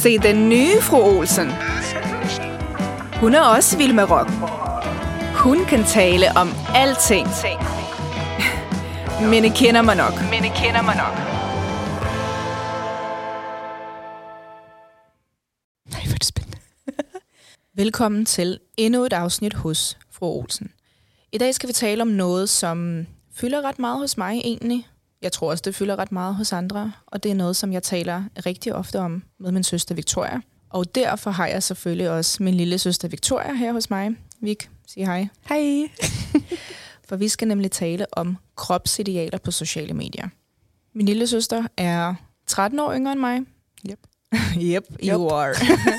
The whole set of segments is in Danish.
Se den nye fru Olsen. Hun er også vild med rock. Hun kan tale om alting. Men I kender mig nok. Nej, hvor er det spændende. Velkommen til endnu et afsnit hos fru Olsen. I dag skal vi tale om noget, som fylder ret meget hos mig egentlig. Jeg tror også, det fylder ret meget hos andre. Og det er noget, som jeg taler rigtig ofte om med min søster Victoria. Og derfor har jeg selvfølgelig også min lille søster Victoria her hos mig. Vic, sig hej. Hej. For vi skal nemlig tale om kropsidealer på sociale medier. Min lille søster er 13 år yngre end mig. Yep, you are.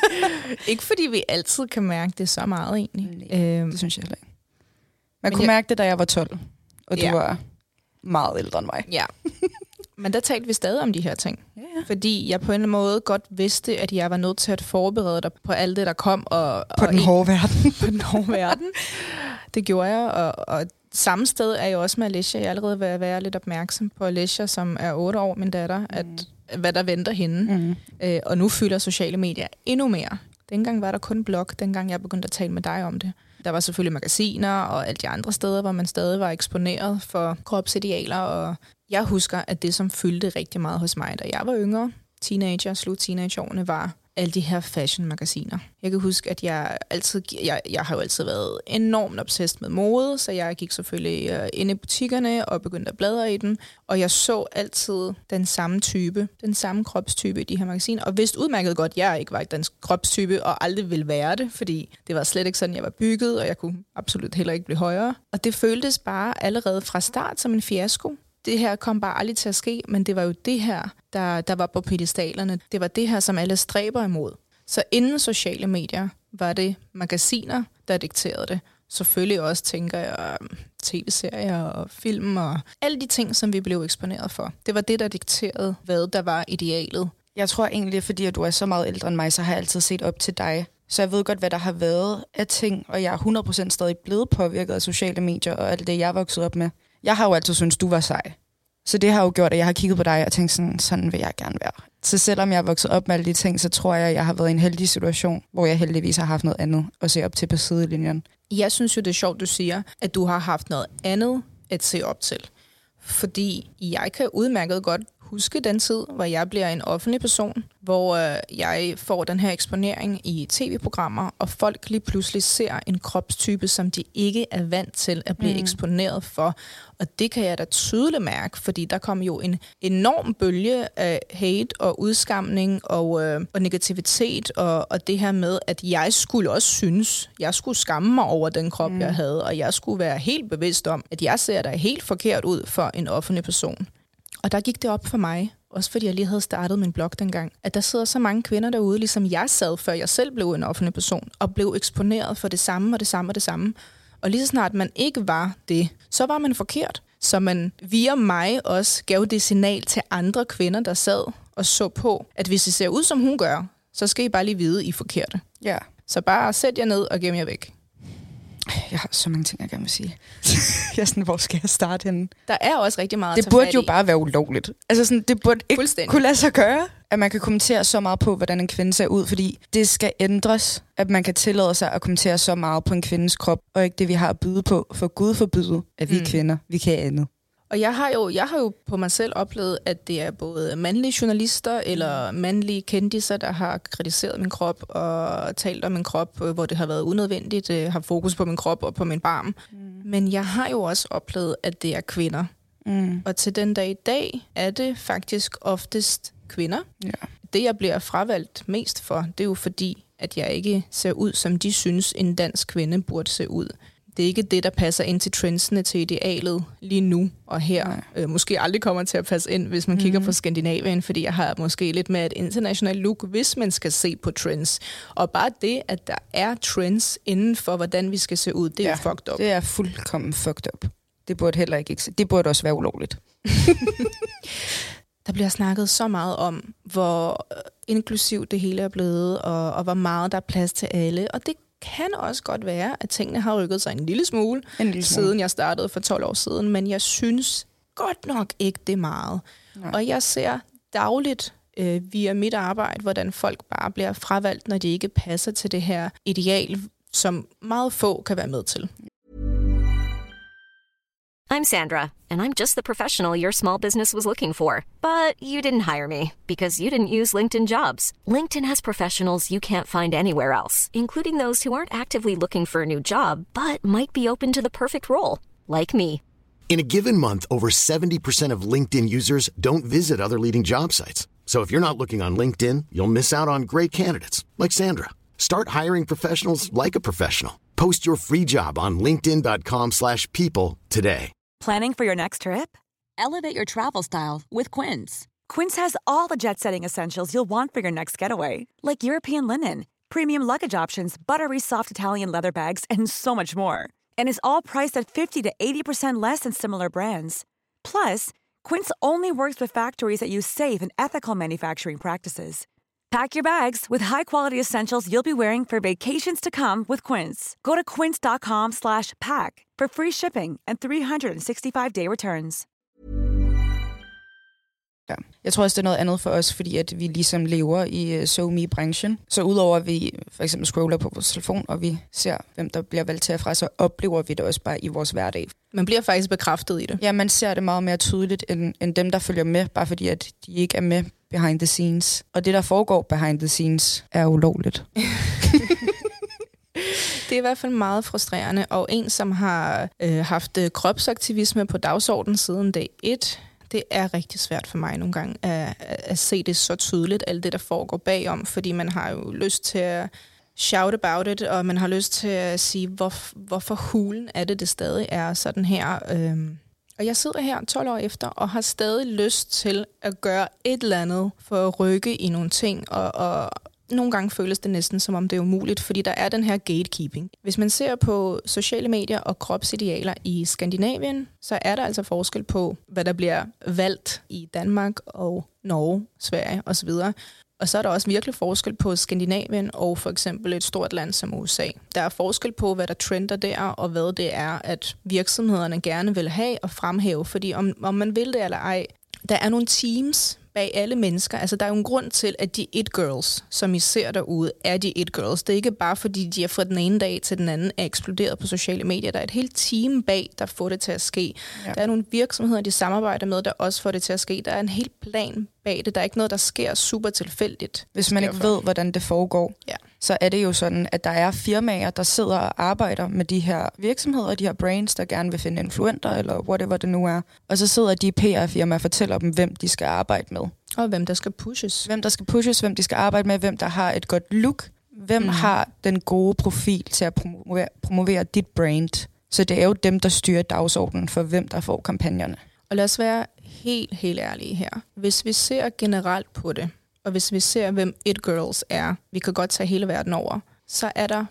Ikke fordi vi altid kan mærke det så meget egentlig. Det synes jeg heller ikke. Man kunne mærke det, da jeg var 12, og du var meget ældre end mig. Ja, men der talte vi stadig om de her ting. Ja. Fordi jeg på en eller anden måde godt vidste, at jeg var nødt til at forberede dig på alt det, der kom. På den hårde verden. På den hårde verden. Det gjorde jeg, og samme sted er jeg også med Alicia. Jeg er allerede ved at være lidt opmærksom på Alicia, som er 8 år, min datter, at hvad der venter hende. Og nu fylder sociale medier endnu mere. Dengang var der kun blog, dengang jeg begyndte at tale med dig om det. Der var selvfølgelig magasiner og alle de andre steder, hvor man stadig var eksponeret for kropsidealer. Og jeg husker, at det, som fyldte rigtig meget hos mig, da jeg var yngre, slut teenageårene, var alle de her fashion-magasiner. Jeg kan huske, at jeg har jo altid været enormt obsessed med mode, så jeg gik selvfølgelig ind i butikkerne og begyndte at bladre i dem. Og jeg så altid den samme kropstype i de her magasiner. Og vidste udmærket godt, at jeg ikke var den kropstype og aldrig ville være det, fordi det var slet ikke sådan, jeg var bygget, og jeg kunne absolut heller ikke blive højere. Og det føltes bare allerede fra start som en fiasko. Det her kom bare aldrig til at ske, men det var jo det her, der var på pedestalerne. Det var det her, som alle stræber imod. Så inden sociale medier var det magasiner, der dikterede det. Selvfølgelig også, tænker jeg, tv-serier og film og alle de ting, som vi blev eksponeret for. Det var det, der dikterede, hvad der var idealet. Jeg tror egentlig, fordi at du er så meget ældre end mig, så har jeg altid set op til dig. Så jeg ved godt, hvad der har været af ting, og jeg er 100% stadig blevet påvirket af sociale medier og alt det, jeg er vokset op med. Jeg har jo altid syntes, du var sej. Så det har jo gjort, at jeg har kigget på dig og tænkt sådan vil jeg gerne være. Så selvom jeg er vokset op med alle de ting, så tror jeg har været i en heldig situation, hvor jeg heldigvis har haft noget andet at se op til på sidelinjen. Jeg synes jo, det er sjovt, du siger, at du har haft noget andet at se op til. Fordi jeg kan udmærket godt huske den tid, hvor jeg bliver en offentlig person, hvor jeg får den her eksponering i tv-programmer, og folk lige pludselig ser en kropstype, som de ikke er vant til at blive eksponeret for. Og det kan jeg da tydeligt mærke, fordi der kom jo en enorm bølge af hate og udskamning og negativitet, og det her med, at jeg skulle også synes, jeg skulle skamme mig over den krop, jeg havde, og jeg skulle være helt bevidst om, at jeg ser da helt forkert ud for en offentlig person. Og der gik det op for mig, også fordi jeg lige havde startet min blog dengang, at der sidder så mange kvinder derude, ligesom jeg sad, før jeg selv blev en offentlig person, og blev eksponeret for det samme og det samme og det samme. Og lige så snart man ikke var det, så var man forkert. Så man via mig også gav det signal til andre kvinder, der sad og så på, at hvis I ser ud, som hun gør, så skal I bare lige vide, I er forkerte. Ja. Så bare sæt jer ned og gem jer væk. Jeg har så mange ting, jeg gerne vil sige. Jeg er sådan, hvor skal jeg starte henne? Der er også rigtig meget det burde jo bare være ulovligt. Altså sådan, det burde ikke kunne lade sig gøre, at man kan kommentere så meget på, hvordan en kvinde ser ud, fordi det skal ændres, at man kan tillade sig at kommentere så meget på en kvindes krop, og ikke det, vi har at byde på. For Gud forbyde, at vi kvinder, vi kan andet. Og jeg har jo på mig selv oplevet, at det er både mandlige journalister eller mandlige kendiser, der har kritiseret min krop og talt om min krop, hvor det har været unødvendigt, har fokus på min krop og på min barm. Men jeg har jo også oplevet, at det er kvinder. Og til den dag i dag er det faktisk oftest kvinder. Ja. Det, jeg bliver fravalgt mest for, det er jo fordi, at jeg ikke ser ud, som de synes, en dansk kvinde burde se ud. Det er ikke det, der passer ind til trendsene, til idealet lige nu og her. Måske aldrig kommer til at passe ind, hvis man kigger på Skandinavien, fordi jeg har måske lidt mere et internationalt look, hvis man skal se på trends. Og bare det, at der er trends inden for, hvordan vi skal se ud, det er jo fucked up. Det er fuldkommen fucked up. Det burde heller ikke. Det burde også være ulovligt. Der bliver snakket så meget om, hvor inklusivt det hele er blevet, og hvor meget der er plads til alle. Og det kan også godt være, at tingene har rykket sig en lille smule, siden jeg startede for 12 år siden. Men jeg synes godt nok ikke det meget. Nej. Og jeg ser dagligt via mit arbejde, hvordan folk bare bliver fravalgt, når de ikke passer til det her ideal, som meget få kan være med til. I'm Sandra, and I'm just the professional your small business was looking for. But you didn't hire me because you didn't use LinkedIn Jobs. LinkedIn has professionals you can't find anywhere else, including those who aren't actively looking for a new job, but might be open to the perfect role, like me. In a given month, over 70% of LinkedIn users don't visit other leading job sites. So if you're not looking on LinkedIn, you'll miss out on great candidates like Sandra. Start hiring professionals like a professional. Post your free job on linkedin.com/people today. Planning for your next trip? Elevate your travel style with Quince. Quince has all the jet-setting essentials you'll want for your next getaway, like European linen, premium luggage options, buttery soft Italian leather bags, and so much more. And is all priced at 50 to 80% less than similar brands. Plus, Quince only works with factories that use safe and ethical manufacturing practices. Pack your bags with high-quality essentials you'll be wearing for vacations to come with Quince. Go to quince.com/pack for free shipping and 365-day returns. Ja. Jeg tror også, det er noget andet for os, fordi at vi ligesom lever i SoMe-branchen. Så udover at vi for eksempel scroller på vores telefon, og vi ser, hvem der bliver valgt til herfra, så oplever vi det også bare i vores hverdag. Man bliver faktisk bekræftet i det. Ja, man ser det meget mere tydeligt end dem, der følger med, bare fordi at de ikke er med behind the scenes. Og det, der foregår behind the scenes, er ulovligt. Det er i hvert fald meget frustrerende, og en, som har haft kropsaktivisme på dagsordenen siden dag 1, det er rigtig svært for mig nogle gange at se det så tydeligt, alt det, der foregår bagom, fordi man har jo lyst til at shout about it, og man har lyst til at sige, hvorfor hulen er det stadig er sådan her. Og jeg sidder her 12 år efter, og har stadig lyst til at gøre et eller andet for at rykke i nogle ting, og nogle gange føles det næsten, som om det er umuligt, fordi der er den her gatekeeping. Hvis man ser på sociale medier og kropsidealer i Skandinavien, så er der altså forskel på, hvad der bliver valgt i Danmark og Norge, Sverige osv. Og så er der også virkelig forskel på Skandinavien og for eksempel et stort land som USA. Der er forskel på, hvad der trender der, og hvad det er, at virksomhederne gerne vil have og fremhæve. Fordi om man vil det eller ej, der er nogle teams bag alle mennesker. Altså, der er jo en grund til, at de it-girls, som I ser derude, er de it-girls. Det er ikke bare, fordi de er fra den ene dag til den anden er eksploderet på sociale medier. Der er et helt team bag, der får det til at ske. Ja. Der er nogle virksomheder, de samarbejder med, der også får det til at ske. Der er en helt plan bag det. Der er ikke noget, der sker super tilfældigt. Hvis man ikke ved, hvordan det foregår, så er det jo sådan, at der er firmaer, der sidder og arbejder med de her virksomheder, de her brands, der gerne vil finde influenter, eller whatever det nu er. Og så sidder de PR-firmaer og fortæller dem, hvem de skal arbejde med. Og hvem der skal pushes. Hvem der skal pushes, hvem de skal arbejde med, hvem der har et godt look, hvem har den gode profil til at promovere dit brand. Så det er jo dem, der styrer dagsordenen for, hvem der får kampagnerne. Og lad os være helt ærlige her. Hvis vi ser generelt på det, og hvis vi ser, hvem it-girls er, vi kan godt tage hele verden over, så er der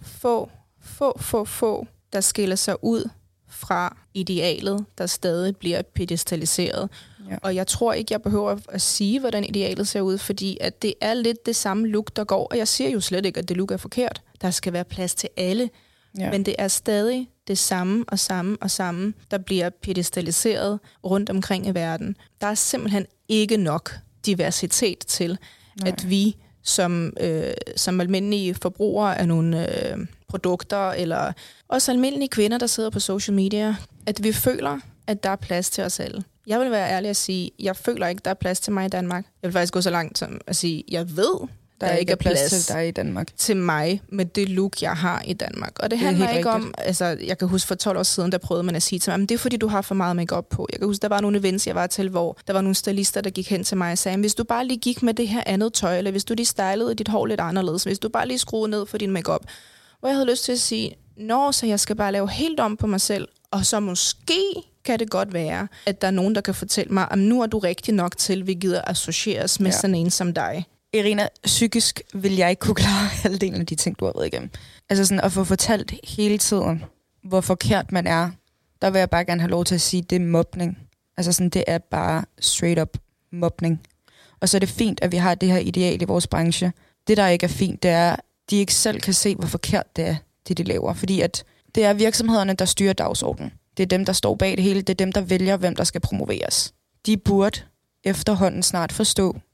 få, der skiller sig ud fra idealet, der stadig bliver pedestaliseret. Ja. Og jeg tror ikke, jeg behøver at sige, hvordan idealet ser ud, fordi at det er lidt det samme look, der går. Og jeg siger jo slet ikke, at det look er forkert. Der skal være plads til alle. Ja. Men det er stadig det samme, der bliver pedestaliseret rundt omkring i verden. Der er simpelthen ikke nok diversitet til, at vi som almindelige forbrugere af nogle produkter, eller også almindelige kvinder, der sidder på social media, at vi føler, at der er plads til os alle. Jeg vil være ærlig at sige, jeg føler ikke, der er plads til mig i Danmark. Jeg vil faktisk gå så langt som at sige, jeg ved, der ikke er plads til dig i Danmark. Til mig med det look, jeg har i Danmark. Og det handler ikke om, altså jeg kan huske for 12 år siden, der prøvede man at sige til mig, men det er fordi, du har for meget makeup på. Jeg kan huske, der var nogle events, jeg var til, hvor der var nogle stylister, der gik hen til mig og sagde, hvis du bare lige gik med det her andet tøj, eller hvis du lige stylede dit hår lidt anderledes, hvis du bare lige skruede ned for din makeup, hvor jeg havde lyst til at sige, så jeg skal bare lave helt om på mig selv, og så måske kan det godt være, at der er nogen, der kan fortælle mig, at nu er du rigtig nok til, at vi gider associeres med sådan en som dig. Irina, psykisk vil jeg ikke kunne klare halvdelen af de ting, du har været igennem. Altså sådan at få fortalt hele tiden, hvor forkert man er, der vil jeg bare gerne have lov til at sige, det er mobning. Altså sådan, det er bare straight up mobning. Og så er det fint, at vi har det her ideal i vores branche. Det, der ikke er fint, det er, at de ikke selv kan se, hvor forkert det er, det de laver. Fordi at det er virksomhederne, der styrer dagsordenen. Det er dem, der står bag det hele. Det er dem, der vælger, hvem der skal promoveres. De burde efterhånden snart forstå,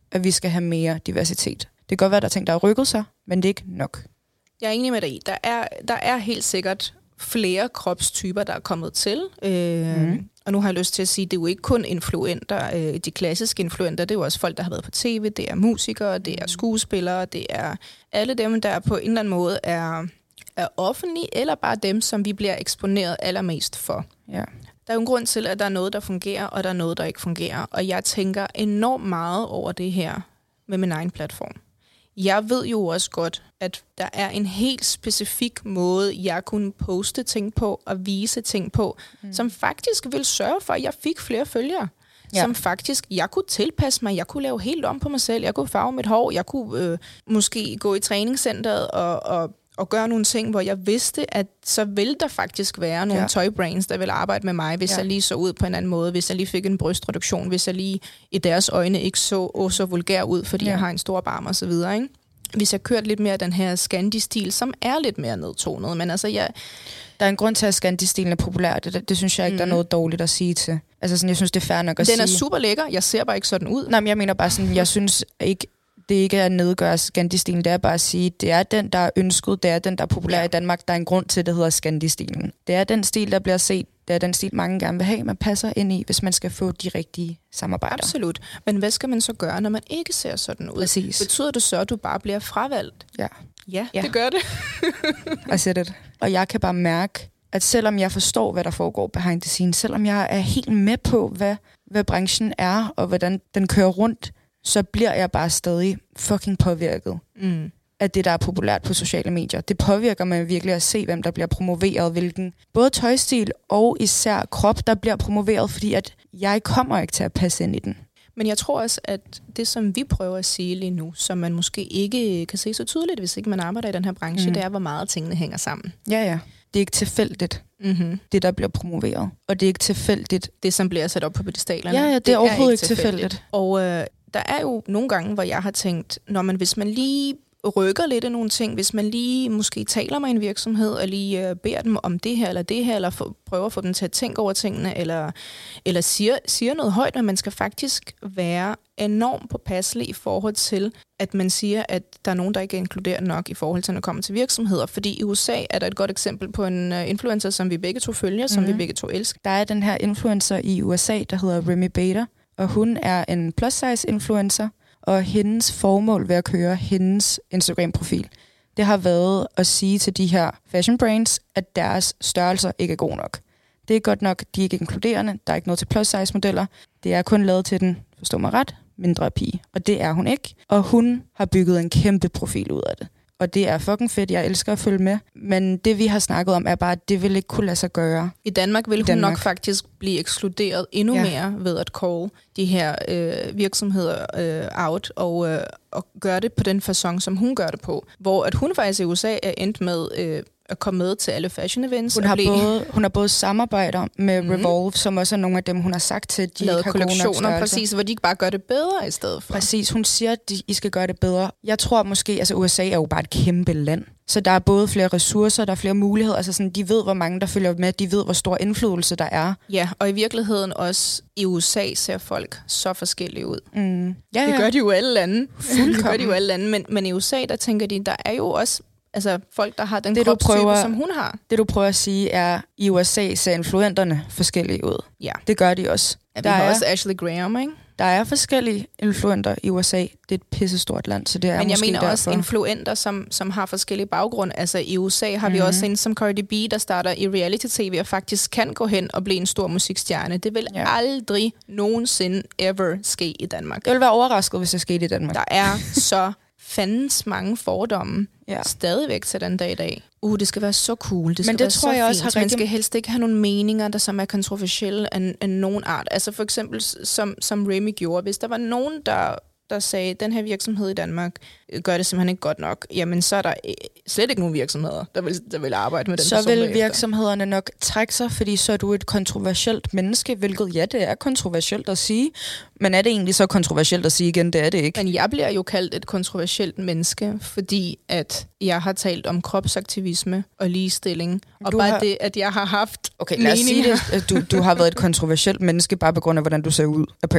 at vi skal have mere diversitet. Det kan godt være, der er ting, der har rykket sig, men det er ikke nok. Jeg er enig med dig i. Der er helt sikkert flere kropstyper, der er kommet til. Og nu har jeg lyst til at sige, at det er jo ikke kun influenter, de klassiske influenter, det er jo også folk, der har været på tv, det er musikere, det er skuespillere, det er alle dem, der på en eller anden måde er offentlige, eller bare dem, som vi bliver eksponeret allermest for. Ja. Der er jo en grund til, at der er noget, der fungerer, og der er noget, der ikke fungerer. Og jeg tænker enormt meget over det her med min egen platform. Jeg ved jo også godt, at der er en helt specifik måde, jeg kunne poste ting på og vise ting på, som faktisk vil sørge for, at jeg fik flere følgere. Ja. Som faktisk, jeg kunne tilpasse mig, jeg kunne lave helt om på mig selv, jeg kunne farve mit hår, jeg kunne måske gå i træningscenteret og gøre nogle ting, hvor jeg vidste, at så vil der faktisk være nogle tøjbrands, der vil arbejde med mig, hvis jeg lige så ud på en anden måde, hvis jeg lige fik en brystreduktion, hvis jeg lige i deres øjne ikke så vulgær ud, fordi jeg har en stor barm og så videre, ikke? Hvis jeg kørte lidt mere den her Scandi-stil, som er lidt mere nedtonet, men altså der er en grund til, at Scandi-stilen er populær. Det synes jeg ikke, der er noget dårligt at sige til. Altså sådan, jeg synes, det er fair nok at sige. Den er super lækker, jeg ser bare ikke sådan ud. Nej, men jeg mener bare sådan, jeg synes ikke, det ikke er at nedgøre Scandi-stilen, det er bare at sige, det er den, der er ønsket, det er den, der er populær i Danmark. Der er en grund til, det hedder Scandi-stilen. Det er den stil, der bliver set, det er den stil, mange gerne vil have, man passer ind i, hvis man skal få de rigtige samarbejder. Absolut. Men hvad skal man så gøre, når man ikke ser sådan ud? Præcis. Betyder det så, at du bare bliver fravalgt? Ja, det gør det. Og jeg kan bare mærke, at selvom jeg forstår, hvad der foregår behind the scenes, selvom jeg er helt med på, hvad branchen er, og hvordan den kører rundt, så bliver jeg bare stadig fucking påvirket af det, der er populært på sociale medier. Det påvirker mig virkelig at se, hvem der bliver promoveret, hvilken både tøjstil og især krop, der bliver promoveret, fordi at jeg kommer ikke til at passe ind i den. Men jeg tror også, at det, som vi prøver at sige lige nu, som man måske ikke kan se så tydeligt, hvis ikke man arbejder i den her branche, det er, hvor meget tingene hænger sammen. Ja. Det er ikke tilfældigt, det der bliver promoveret. Og det er ikke tilfældigt. Det, som bliver sat op på pedestalerne. Ja, det er overhovedet ikke tilfældigt. Og der er jo nogle gange, hvor jeg har tænkt, hvis man lige rykker lidt af nogle ting, hvis man lige måske taler med en virksomhed, og lige beder dem om det her, eller prøver at få dem til at tænke over tingene, eller siger noget højt, men man skal faktisk være enormt påpasselig i forhold til, at man siger, at der er nogen, der ikke er inkluderet nok i forhold til, når det kommer til virksomheder. Fordi i USA er der et godt eksempel på en influencer, som vi begge to følger, som vi begge to elsker. Der er den her influencer i USA, der hedder Remy Bader, og hun er en plus-size influencer, og hendes formål ved at køre hendes Instagram-profil, det har været at sige til de her fashion brands, at deres størrelser ikke er gode nok. Det er godt nok, de er ikke inkluderende, der er ikke noget til plus-size-modeller. Det er kun lavet til den, forstå mig ret, mindre pige. Og det er hun ikke. Og hun har bygget en kæmpe profil ud af det. Og det er fucking fedt, jeg elsker at følge med. Men det, vi har snakket om, er bare, at det vil ikke kunne lade sig gøre. I Danmark vil hun nok faktisk blive ekskluderet endnu mere ved at call de her virksomheder out og gøre det på den facon, som hun gør det på. Hvor at hun faktisk i USA er endt med at komme med til alle fashion events. Hun har både samarbejder med Revolve, som også er nogle af dem, hun har sagt til, de lavet kollektioner, præcis, hvor de ikke bare gør det bedre i stedet for. Præcis, hun siger, at I skal gøre det bedre. Jeg tror måske, altså USA er jo bare et kæmpe land, så der er både flere ressourcer, der er flere muligheder, altså sådan, de ved, hvor mange der følger med, de ved, hvor stor indflydelse der er. Ja, og i virkeligheden også i USA ser folk så forskellige ud. Ja. Det gør de jo alle lande. Det gør de jo alle lande, men i USA, der tænker de, der er jo også folk, der har den kropstype, som hun har. Det, du prøver at sige, er, i USA ser influenterne forskellige ud. Ja. Det gør de også. Ja, der er også Ashley Graham, ikke? Der er forskellige influenter i USA. Det er et pissestort land, så det er men jeg måske mener derfor. Også influenter, som har forskellige baggrund. Altså i USA har vi også en som Cardi B, der starter i reality-tv og faktisk kan gå hen og blive en stor musikstjerne. Det vil aldrig nogensinde ever ske i Danmark. Jeg vil være overrasket, hvis det skete i Danmark. Der er så fandens mange fordomme stadigvæk til den dag i dag. Det skal være så cool, det skal være så fint. Også man skal helst ikke have nogle meninger, der som er kontroversielle af nogen art. Altså for eksempel, som Remy gjorde, hvis der var nogen, der sagde, den her virksomhed i Danmark gør det simpelthen ikke godt nok, jamen så er der slet ikke nogen virksomheder, der vil arbejde med den person. Så vil virksomhederne nok trække sig, fordi så er du et kontroversielt menneske, hvilket det er kontroversielt at sige, men er det egentlig så kontroversielt at sige igen? Det er det ikke. Men jeg bliver jo kaldt et kontroversielt menneske, fordi at jeg har talt om kropsaktivisme og ligestilling, og det, at jeg har haft lad os sige det. Du har været et kontroversielt menneske, bare på grund af, hvordan du ser ud, apparently.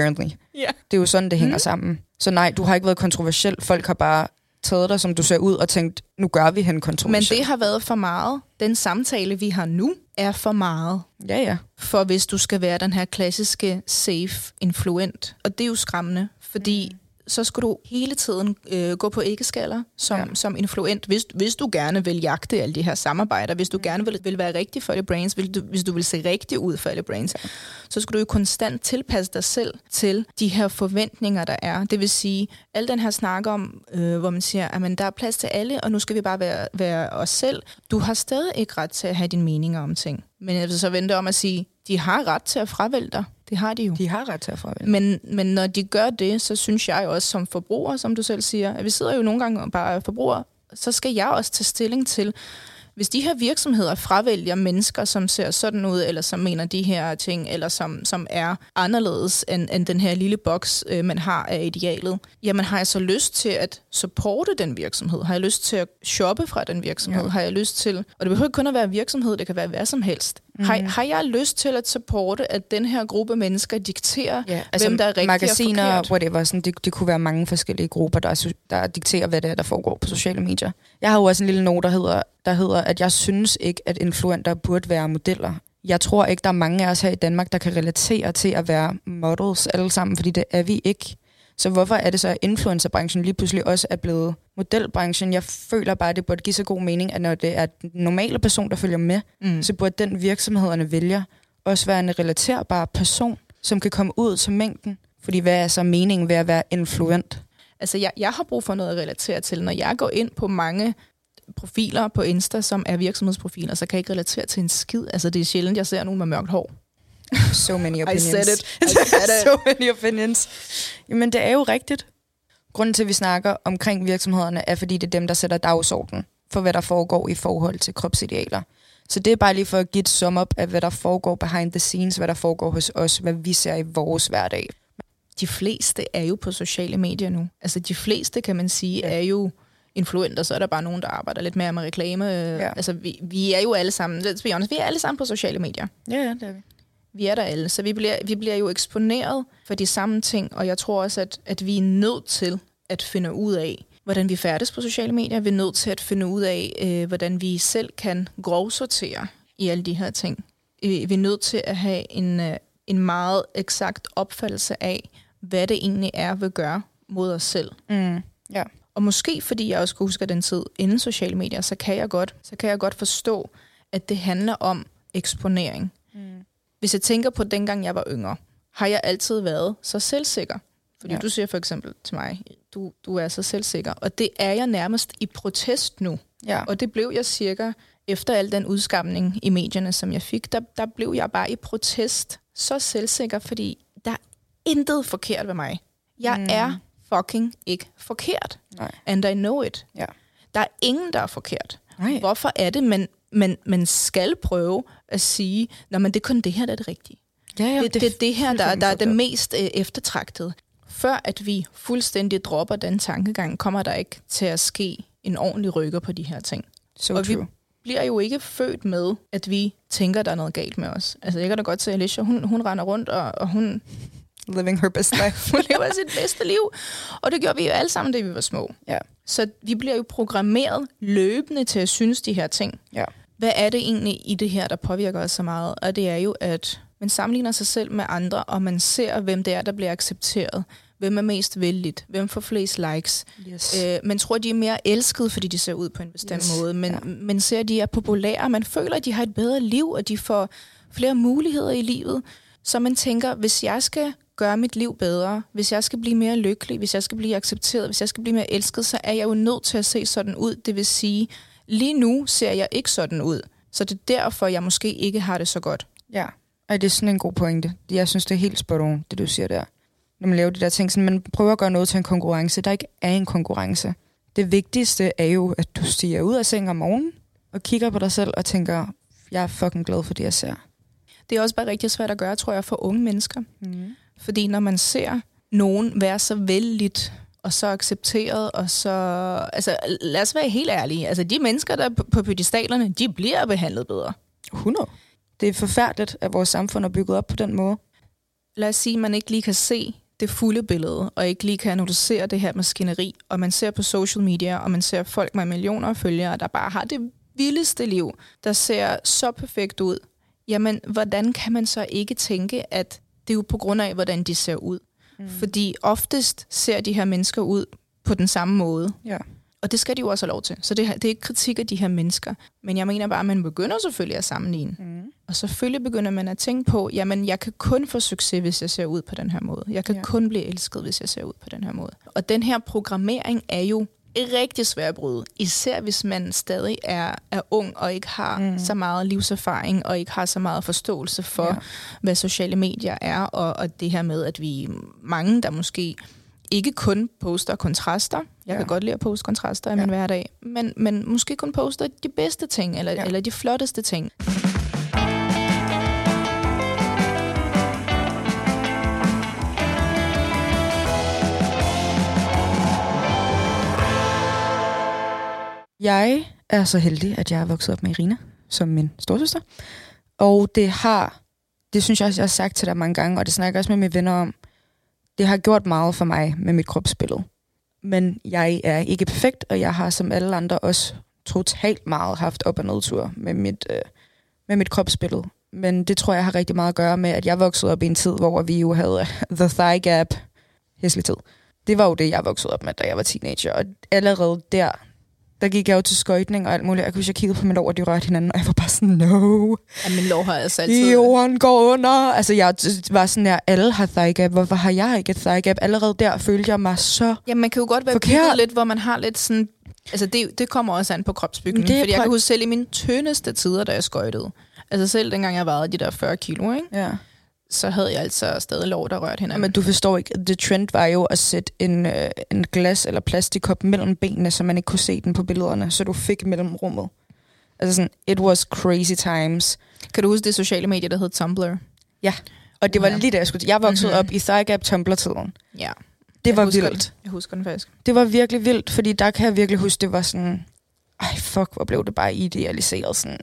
Ja. Det er jo sådan, det hænger sammen. Så nej, du har ikke været kontroversiel. Folk har bare taget dig, som du ser ud, og tænkt, nu gør vi hende kontroversiel. Men det har været for meget. Den samtale, vi har nu, er for meget. Ja. For hvis du skal være den her klassiske safe influent. Og det er jo skræmmende, fordi så skal du hele tiden gå på æggeskaller som influent, hvis du gerne vil jagte alle de her samarbejder, hvis du gerne vil være rigtig for alle brands, hvis du vil se rigtig ud for alle brands, så skal du jo konstant tilpasse dig selv til de her forventninger, der er. Det vil sige, al den her snak om, hvor man siger, at der er plads til alle, og nu skal vi bare være os selv. Du har stadig ikke ret til at have dine meninger om ting. Men jeg vil så vente om at sige, de har ret til at fravælge dig. Det har de jo. De har ret til at fravælge. Men når de gør det, så synes jeg også som forbruger, som du selv siger, at vi sidder jo nogle gange og bare forbruger, så skal jeg også tage stilling til, hvis de her virksomheder fravælger mennesker, som ser sådan ud, eller som mener de her ting, eller som er anderledes end den her lille boks, man har af idealet, jamen har jeg så lyst til at supporte den virksomhed? Har jeg lyst til at shoppe fra den virksomhed? Har jeg lyst til, og det behøver ikke kun at være virksomhed, det kan være hvad som helst. Har jeg lyst til at supporte, at den her gruppe mennesker dikterer, hvem der er rigtig magasiner, og forkert? Whatever, sådan, det kunne være mange forskellige grupper, der dikterer, hvad det er, der foregår på sociale medier. Jeg har jo også en lille note, der hedder, at jeg synes ikke, at influenter burde være modeller. Jeg tror ikke, der er mange af os her i Danmark, der kan relatere til at være models alle sammen, fordi det er vi ikke. Så hvorfor er det så, at influencerbranchen lige pludselig også er blevet modelbranchen? Jeg føler bare, at det burde give så god mening, at når det er den normale person, der følger med, så burde den virksomhederne vælger også være en relaterbar person, som kan komme ud til mængden. Fordi hvad er så meningen ved at være influent? Altså, jeg har brug for noget at relatere til. Når jeg går ind på mange profiler på Insta, som er virksomhedsprofiler, så kan jeg ikke relatere til en skid. Altså, det er sjældent, jeg ser nogen med mørkt hår. So many opinions. I said it. So many opinions. Jamen, det er jo rigtigt. Grunden til, at vi snakker omkring virksomhederne, er, fordi det er dem, der sætter dagsordenen for, hvad der foregår i forhold til kropsidealer. Så det er bare lige for at give et sum up af, hvad der foregår behind the scenes, hvad der foregår hos os, hvad vi ser i vores hverdag. De fleste er jo på sociale medier nu. Altså, de fleste, kan man sige, er jo influenter, så er der bare nogen, der arbejder lidt mere med reklame. Altså, vi er jo alle sammen, let's be honest, vi er alle sammen på sociale medier. Ja, det er vi. Vi er der alle, så vi bliver jo eksponeret for de samme ting, og jeg tror også, at vi er nødt til at finde ud af, hvordan vi færdes på sociale medier. Vi er nødt til at finde ud af, hvordan vi selv kan grovsortere i alle de her ting. Vi er nødt til at have en meget eksakt opfattelse af, hvad det egentlig er, vi gør mod os selv. Ja. Og måske fordi jeg også husker den tid inden sociale medier, så kan jeg godt forstå, at det handler om eksponering. Hvis jeg tænker på dengang jeg var yngre, har jeg altid været så selvsikker. Fordi du siger for eksempel til mig, du er så selvsikker. Og det er jeg nærmest i protest nu. Ja. Og det blev jeg cirka efter al den udskamning i medierne, som jeg fik, der blev jeg bare i protest så selvsikker, fordi der er intet forkert ved mig. Jeg er fucking ikke forkert. Nej. And I know it. Ja. Der er ingen, der er forkert. Nej. Hvorfor er det, man skal prøve at sige, men det er kun det her, der er det rigtige. Ja, det er det her, der er det mest eftertragtede. Før at vi fuldstændig dropper den tankegang, kommer der ikke til at ske en ordentlig rykker på de her ting. Og vi bliver jo ikke født med, at vi tænker, der er noget galt med os. Altså, jeg kan da godt se, at Alicia, hun render rundt, og hun living her best life. Hun lever sit bedste liv. Og det gjorde vi jo alle sammen, da vi var små. Ja. Så vi bliver jo programmeret løbende til at synes de her ting. Ja. Hvad er det egentlig i det her, der påvirker os så meget? Og det er jo, at man sammenligner sig selv med andre, og man ser, hvem det er, der bliver accepteret. Hvem er mest vældigt? Hvem får flest likes? Yes. Man tror, de er mere elskede, fordi de ser ud på en bestemt måde. Men man ser, at de er populære. Man føler, at de har et bedre liv, og de får flere muligheder i livet. Så man tænker, hvis jeg skal gøre mit liv bedre, hvis jeg skal blive mere lykkelig, hvis jeg skal blive accepteret, hvis jeg skal blive mere elsket, så er jeg jo nødt til at se sådan ud. Det vil sige, lige nu ser jeg ikke sådan ud. Så det er derfor, jeg måske ikke har det så godt. Ja, og det er sådan en god pointe. Jeg synes, det er helt spot on, det du siger der. Når man laver de der ting, sådan, man prøver at gøre noget til en konkurrence, der ikke er en konkurrence. Det vigtigste er jo, at du stiger ud af sengen om morgenen, og kigger på dig selv og tænker, jeg er fucking glad for det, jeg ser. Det er også bare rigtig svært at gøre, tror jeg, for unge mennesker. Fordi når man ser nogen være så vældigt og så accepteret, og så... Altså, lad os være helt ærlige. Altså, de mennesker, der er på pedestalerne, de bliver behandlet bedre. 100. Det er forfærdeligt, at vores samfund er bygget op på den måde. Lad os sige, at man ikke lige kan se det fulde billede, og ikke lige kan analysere det her maskineri, og man ser på social media, og man ser folk med millioner af følgere, der bare har det vildeste liv, der ser så perfekt ud, jamen, hvordan kan man så ikke tænke, at det er jo på grund af, hvordan de ser ud? Fordi oftest ser de her mennesker ud på den samme måde. Ja. Og det skal de jo også have lov til. Så det er ikke kritik af de her mennesker. Men jeg mener bare, at man begynder selvfølgelig at sammenligne. Og selvfølgelig begynder man at tænke på, jamen, jeg kan kun få succes, hvis jeg ser ud på den her måde. Jeg kan kun blive elsket, hvis jeg ser ud på den her måde. Og den her programmering er jo rigtig svær at bryde. Især hvis man stadig er ung og ikke har så meget livserfaring og ikke har så meget forståelse for, hvad sociale medier er. Og det her med, at vi mange, der måske ikke kun poster kontraster. Jeg kan godt lide at poste kontraster i min hverdag. Men måske kun poster de bedste ting, eller de flotteste ting. Jeg er så heldig, at jeg er vokset op med Irina, som min storsøster. Og det synes jeg også, jeg har sagt til dig mange gange, og det snakker jeg også med mine venner om. Det har gjort meget for mig med mit kropsbillede. Men jeg er ikke perfekt, og jeg har som alle andre også totalt meget haft op- og nedtur med mit kropsbillede. Men det tror jeg har rigtig meget at gøre med, at jeg voksede op i en tid, hvor vi jo havde the thigh gap. Hæslig tid. Det var jo det, jeg voksede op med, da jeg var teenager. Og allerede der gik jeg jo til skøjtning og alt muligt. Jeg kunne jeg kiggede på mit lår, og de rørte hinanden, og jeg var bare sådan, no. Ja, min lår har altså altid... Jorden går under. Altså, jeg var sådan der, alle har thigh gap. Hvorfor har jeg ikke et thigh gap? Allerede der følte jeg mig så... Ja, man kan jo godt være bygget lidt, hvor man har lidt sådan... Altså, det kommer også an på kropsbygning. Fordi jeg kan huske selv i mine tyndeste tider, da jeg skøjtede. Altså, selv dengang jeg vejede de der 40 kilo, ikke? Ja. Så havde jeg altså stadig lår, der rørte hinanden. Men du forstår ikke, the trend var jo at sætte en glas eller plastikkop mellem benene, så man ikke kunne se den på billederne, så du fik mellem rummet. Altså sådan, it was crazy times. Kan du huske det sociale medie, der hed Tumblr? Ja, og det var lige da jeg voksede op i thigh gap Tumblr-tiden. Ja. Det var vildt. Jeg husker den faktisk. Det var virkelig vildt, fordi der kan jeg virkelig huske, det var sådan, hvor blev det bare idealiseret. Sådan,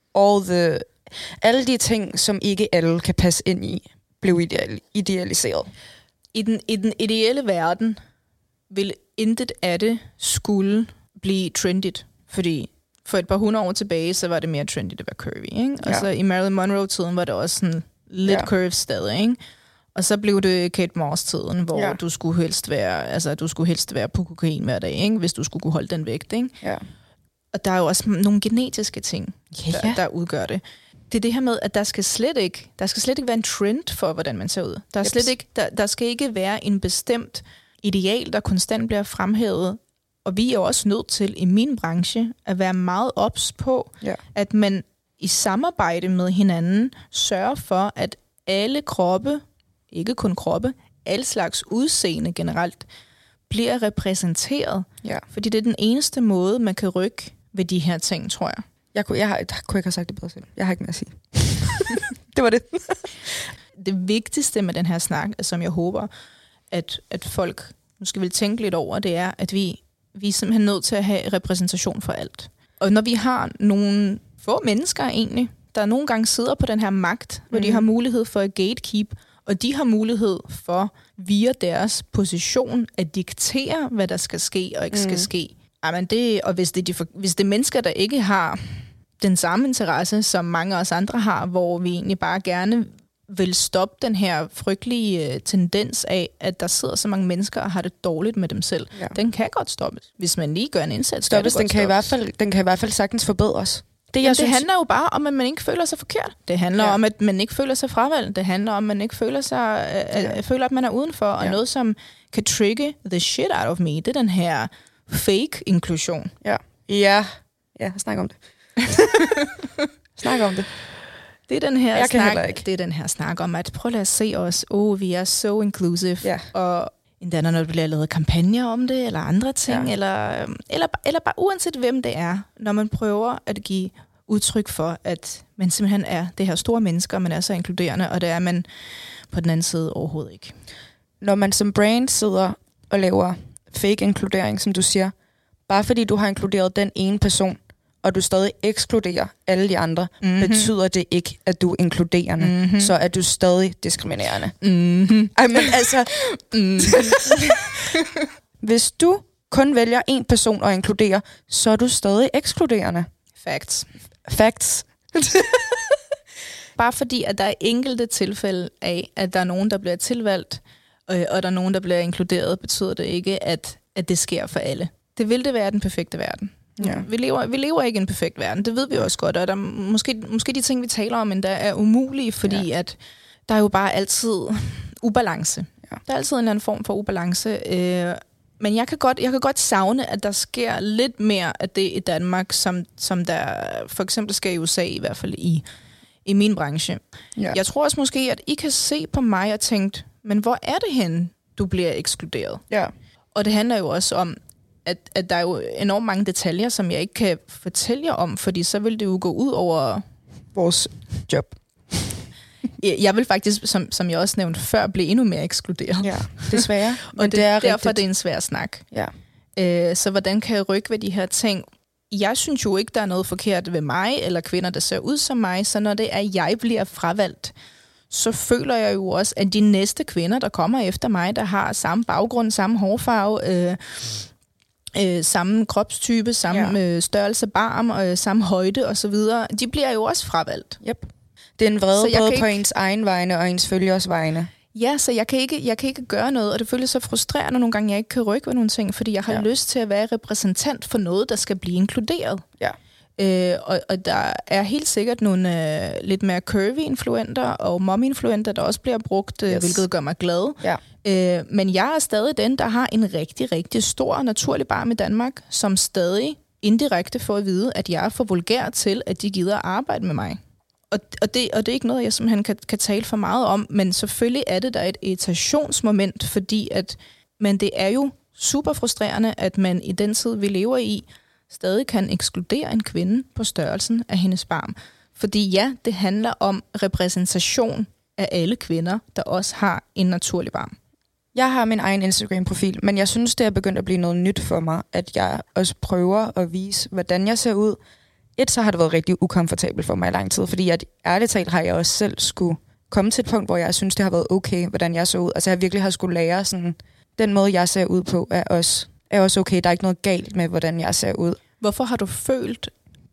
alle de ting, som ikke alle kan passe ind i, blev idealiseret. I den ideelle verden vil intet af det skulle blive trendigt. Fordi for et par 100 år tilbage, så var det mere trendigt at være curvy. Ikke? Og så i Marilyn Monroe-tiden var det også sådan lidt curve stadig. Ikke? Og så blev det Kate Moss-tiden, hvor du skulle helst være på kokain hver dag, ikke? Hvis du skulle kunne holde den vægt. Ikke? Ja. Og der er jo også nogle genetiske ting, der udgør det. Det er det her med, at der skal slet ikke være en trend for, hvordan man ser ud. Der skal ikke være en bestemt ideal, der konstant bliver fremhævet. Og vi er jo også nødt til, i min branche, at være meget ops på, at man i samarbejde med hinanden sørger for, at alle kroppe, ikke kun kroppe, alle slags udseende generelt, bliver repræsenteret. Ja. Fordi det er den eneste måde, man kan rykke ved de her ting, tror jeg. Jeg kunne ikke have sagt det bedre selv. Jeg har ikke mere at sige. Det var det. Det vigtigste med den her snak, som jeg håber, at folk måske vil tænke lidt over, det er, at vi er simpelthen nødt til at have repræsentation for alt. Og når vi har nogle få mennesker egentlig, der nogle gange sidder på den her magt, hvor de har mulighed for at gatekeep, og de har mulighed for via deres position at diktere, hvad der skal ske og ikke skal ske. Jamen hvis det er mennesker, der ikke har den samme interesse, som mange af os andre har, hvor vi egentlig bare gerne vil stoppe den her frygtelige tendens af, at der sidder så mange mennesker og har det dårligt med dem selv. Ja. Den kan godt stoppes, hvis man lige gør en indsats. Den kan i hvert fald sagtens forbedres. Det handler jo bare om, at man ikke føler sig forkert. Det handler om, at man ikke føler sig fravalgt. Det handler om, at man ikke føler at man er udenfor. Og noget, som kan trigge the shit out of me, det er den her fake inklusion. Ja, snak om det. Snak om det. Det er den her snak om, at prøv at se os. Vi er so inclusive. Ja. Og endda når der bliver lavet kampagner om det, eller andre ting, eller bare uanset hvem det er, når man prøver at give udtryk for, at man simpelthen er det her store mennesker, man er så inkluderende, og det er man på den anden side overhovedet ikke. Når man som brand sidder og laver fake inkludering, som du siger, bare fordi du har inkluderet den ene person, og du stadig ekskluderer alle de andre, betyder det ikke, at du er inkluderende. Så er du stadig diskriminerende. Ej, men altså... Hvis du kun vælger en person at inkludere, så er du stadig ekskluderende. Facts. Bare fordi, at der er enkelte tilfælde af, at der er nogen, der bliver tilvalgt, og der er nogen, der bliver inkluderet, betyder det ikke, at det sker for alle. Det vil det være den perfekte verden. Ja. Vi lever ikke i en perfekt verden, det ved vi også godt, og der måske de ting, vi taler om, endda er umulige, fordi at der er jo bare altid ubalance. Ja. Der er altid en eller anden form for ubalance, men jeg kan godt savne, at der sker lidt mere af det i Danmark, som der for eksempel sker i USA, i hvert fald i min branche. Ja. Jeg tror også måske, at I kan se på mig og tænke, men hvor er det henne, du bliver ekskluderet? Ja. Og det handler jo også om, at der er jo enormt mange detaljer, som jeg ikke kan fortælle jer om, fordi så vil det jo gå ud over vores job. Jeg vil faktisk, som jeg også nævnte før, blive endnu mere ekskluderet. Ja, desværre. Og det er derfor, det er en svær snak. Ja. Så hvordan kan jeg rykke ved de her ting? Jeg synes jo ikke, der er noget forkert ved mig, eller kvinder, der ser ud som mig, så når det er, jeg bliver fravalgt, så føler jeg jo også, at de næste kvinder, der kommer efter mig, der har samme baggrund, samme hårfarve, samme kropstype, samme størrelse barm, samme højde osv., de bliver jo også fravalgt. Yep. Det er en vrede både på ens egen vegne og ens følgers vegne. Ja, så jeg kan ikke gøre noget, og det føles så frustrerende nogle gange, jeg ikke kan rykke ved nogle ting, fordi jeg har lyst til at være repræsentant for noget, der skal blive inkluderet. Ja. Og der er helt sikkert nogle lidt mere curvy-influenter og mom-influenter, der også bliver brugt, hvilket gør mig glad. Ja. Men jeg er stadig den, der har en rigtig, rigtig stor naturlig barm i Danmark, som stadig indirekte får at vide, at jeg er for vulgær til, at de gider at arbejde med mig. Og det er ikke noget, jeg simpelthen kan tale for meget om, men selvfølgelig er det der et irritationsmoment, fordi men det er jo super frustrerende, at man i den tid, vi lever i, stadig kan ekskludere en kvinde på størrelsen af hendes barm. Fordi ja, det handler om repræsentation af alle kvinder, der også har en naturlig barm. Jeg har min egen Instagram-profil, men jeg synes, det er begyndt at blive noget nyt for mig, at jeg også prøver at vise, hvordan jeg ser ud. Så har det været rigtig ukomfortabelt for mig i lang tid, fordi ærligt talt har jeg også selv skulle komme til et punkt, hvor jeg synes, det har været okay, hvordan jeg så ud. Altså jeg virkelig har skulle lære sådan, den måde, jeg ser ud på, er også okay. Der er ikke noget galt med, hvordan jeg ser ud. Hvorfor har du følt,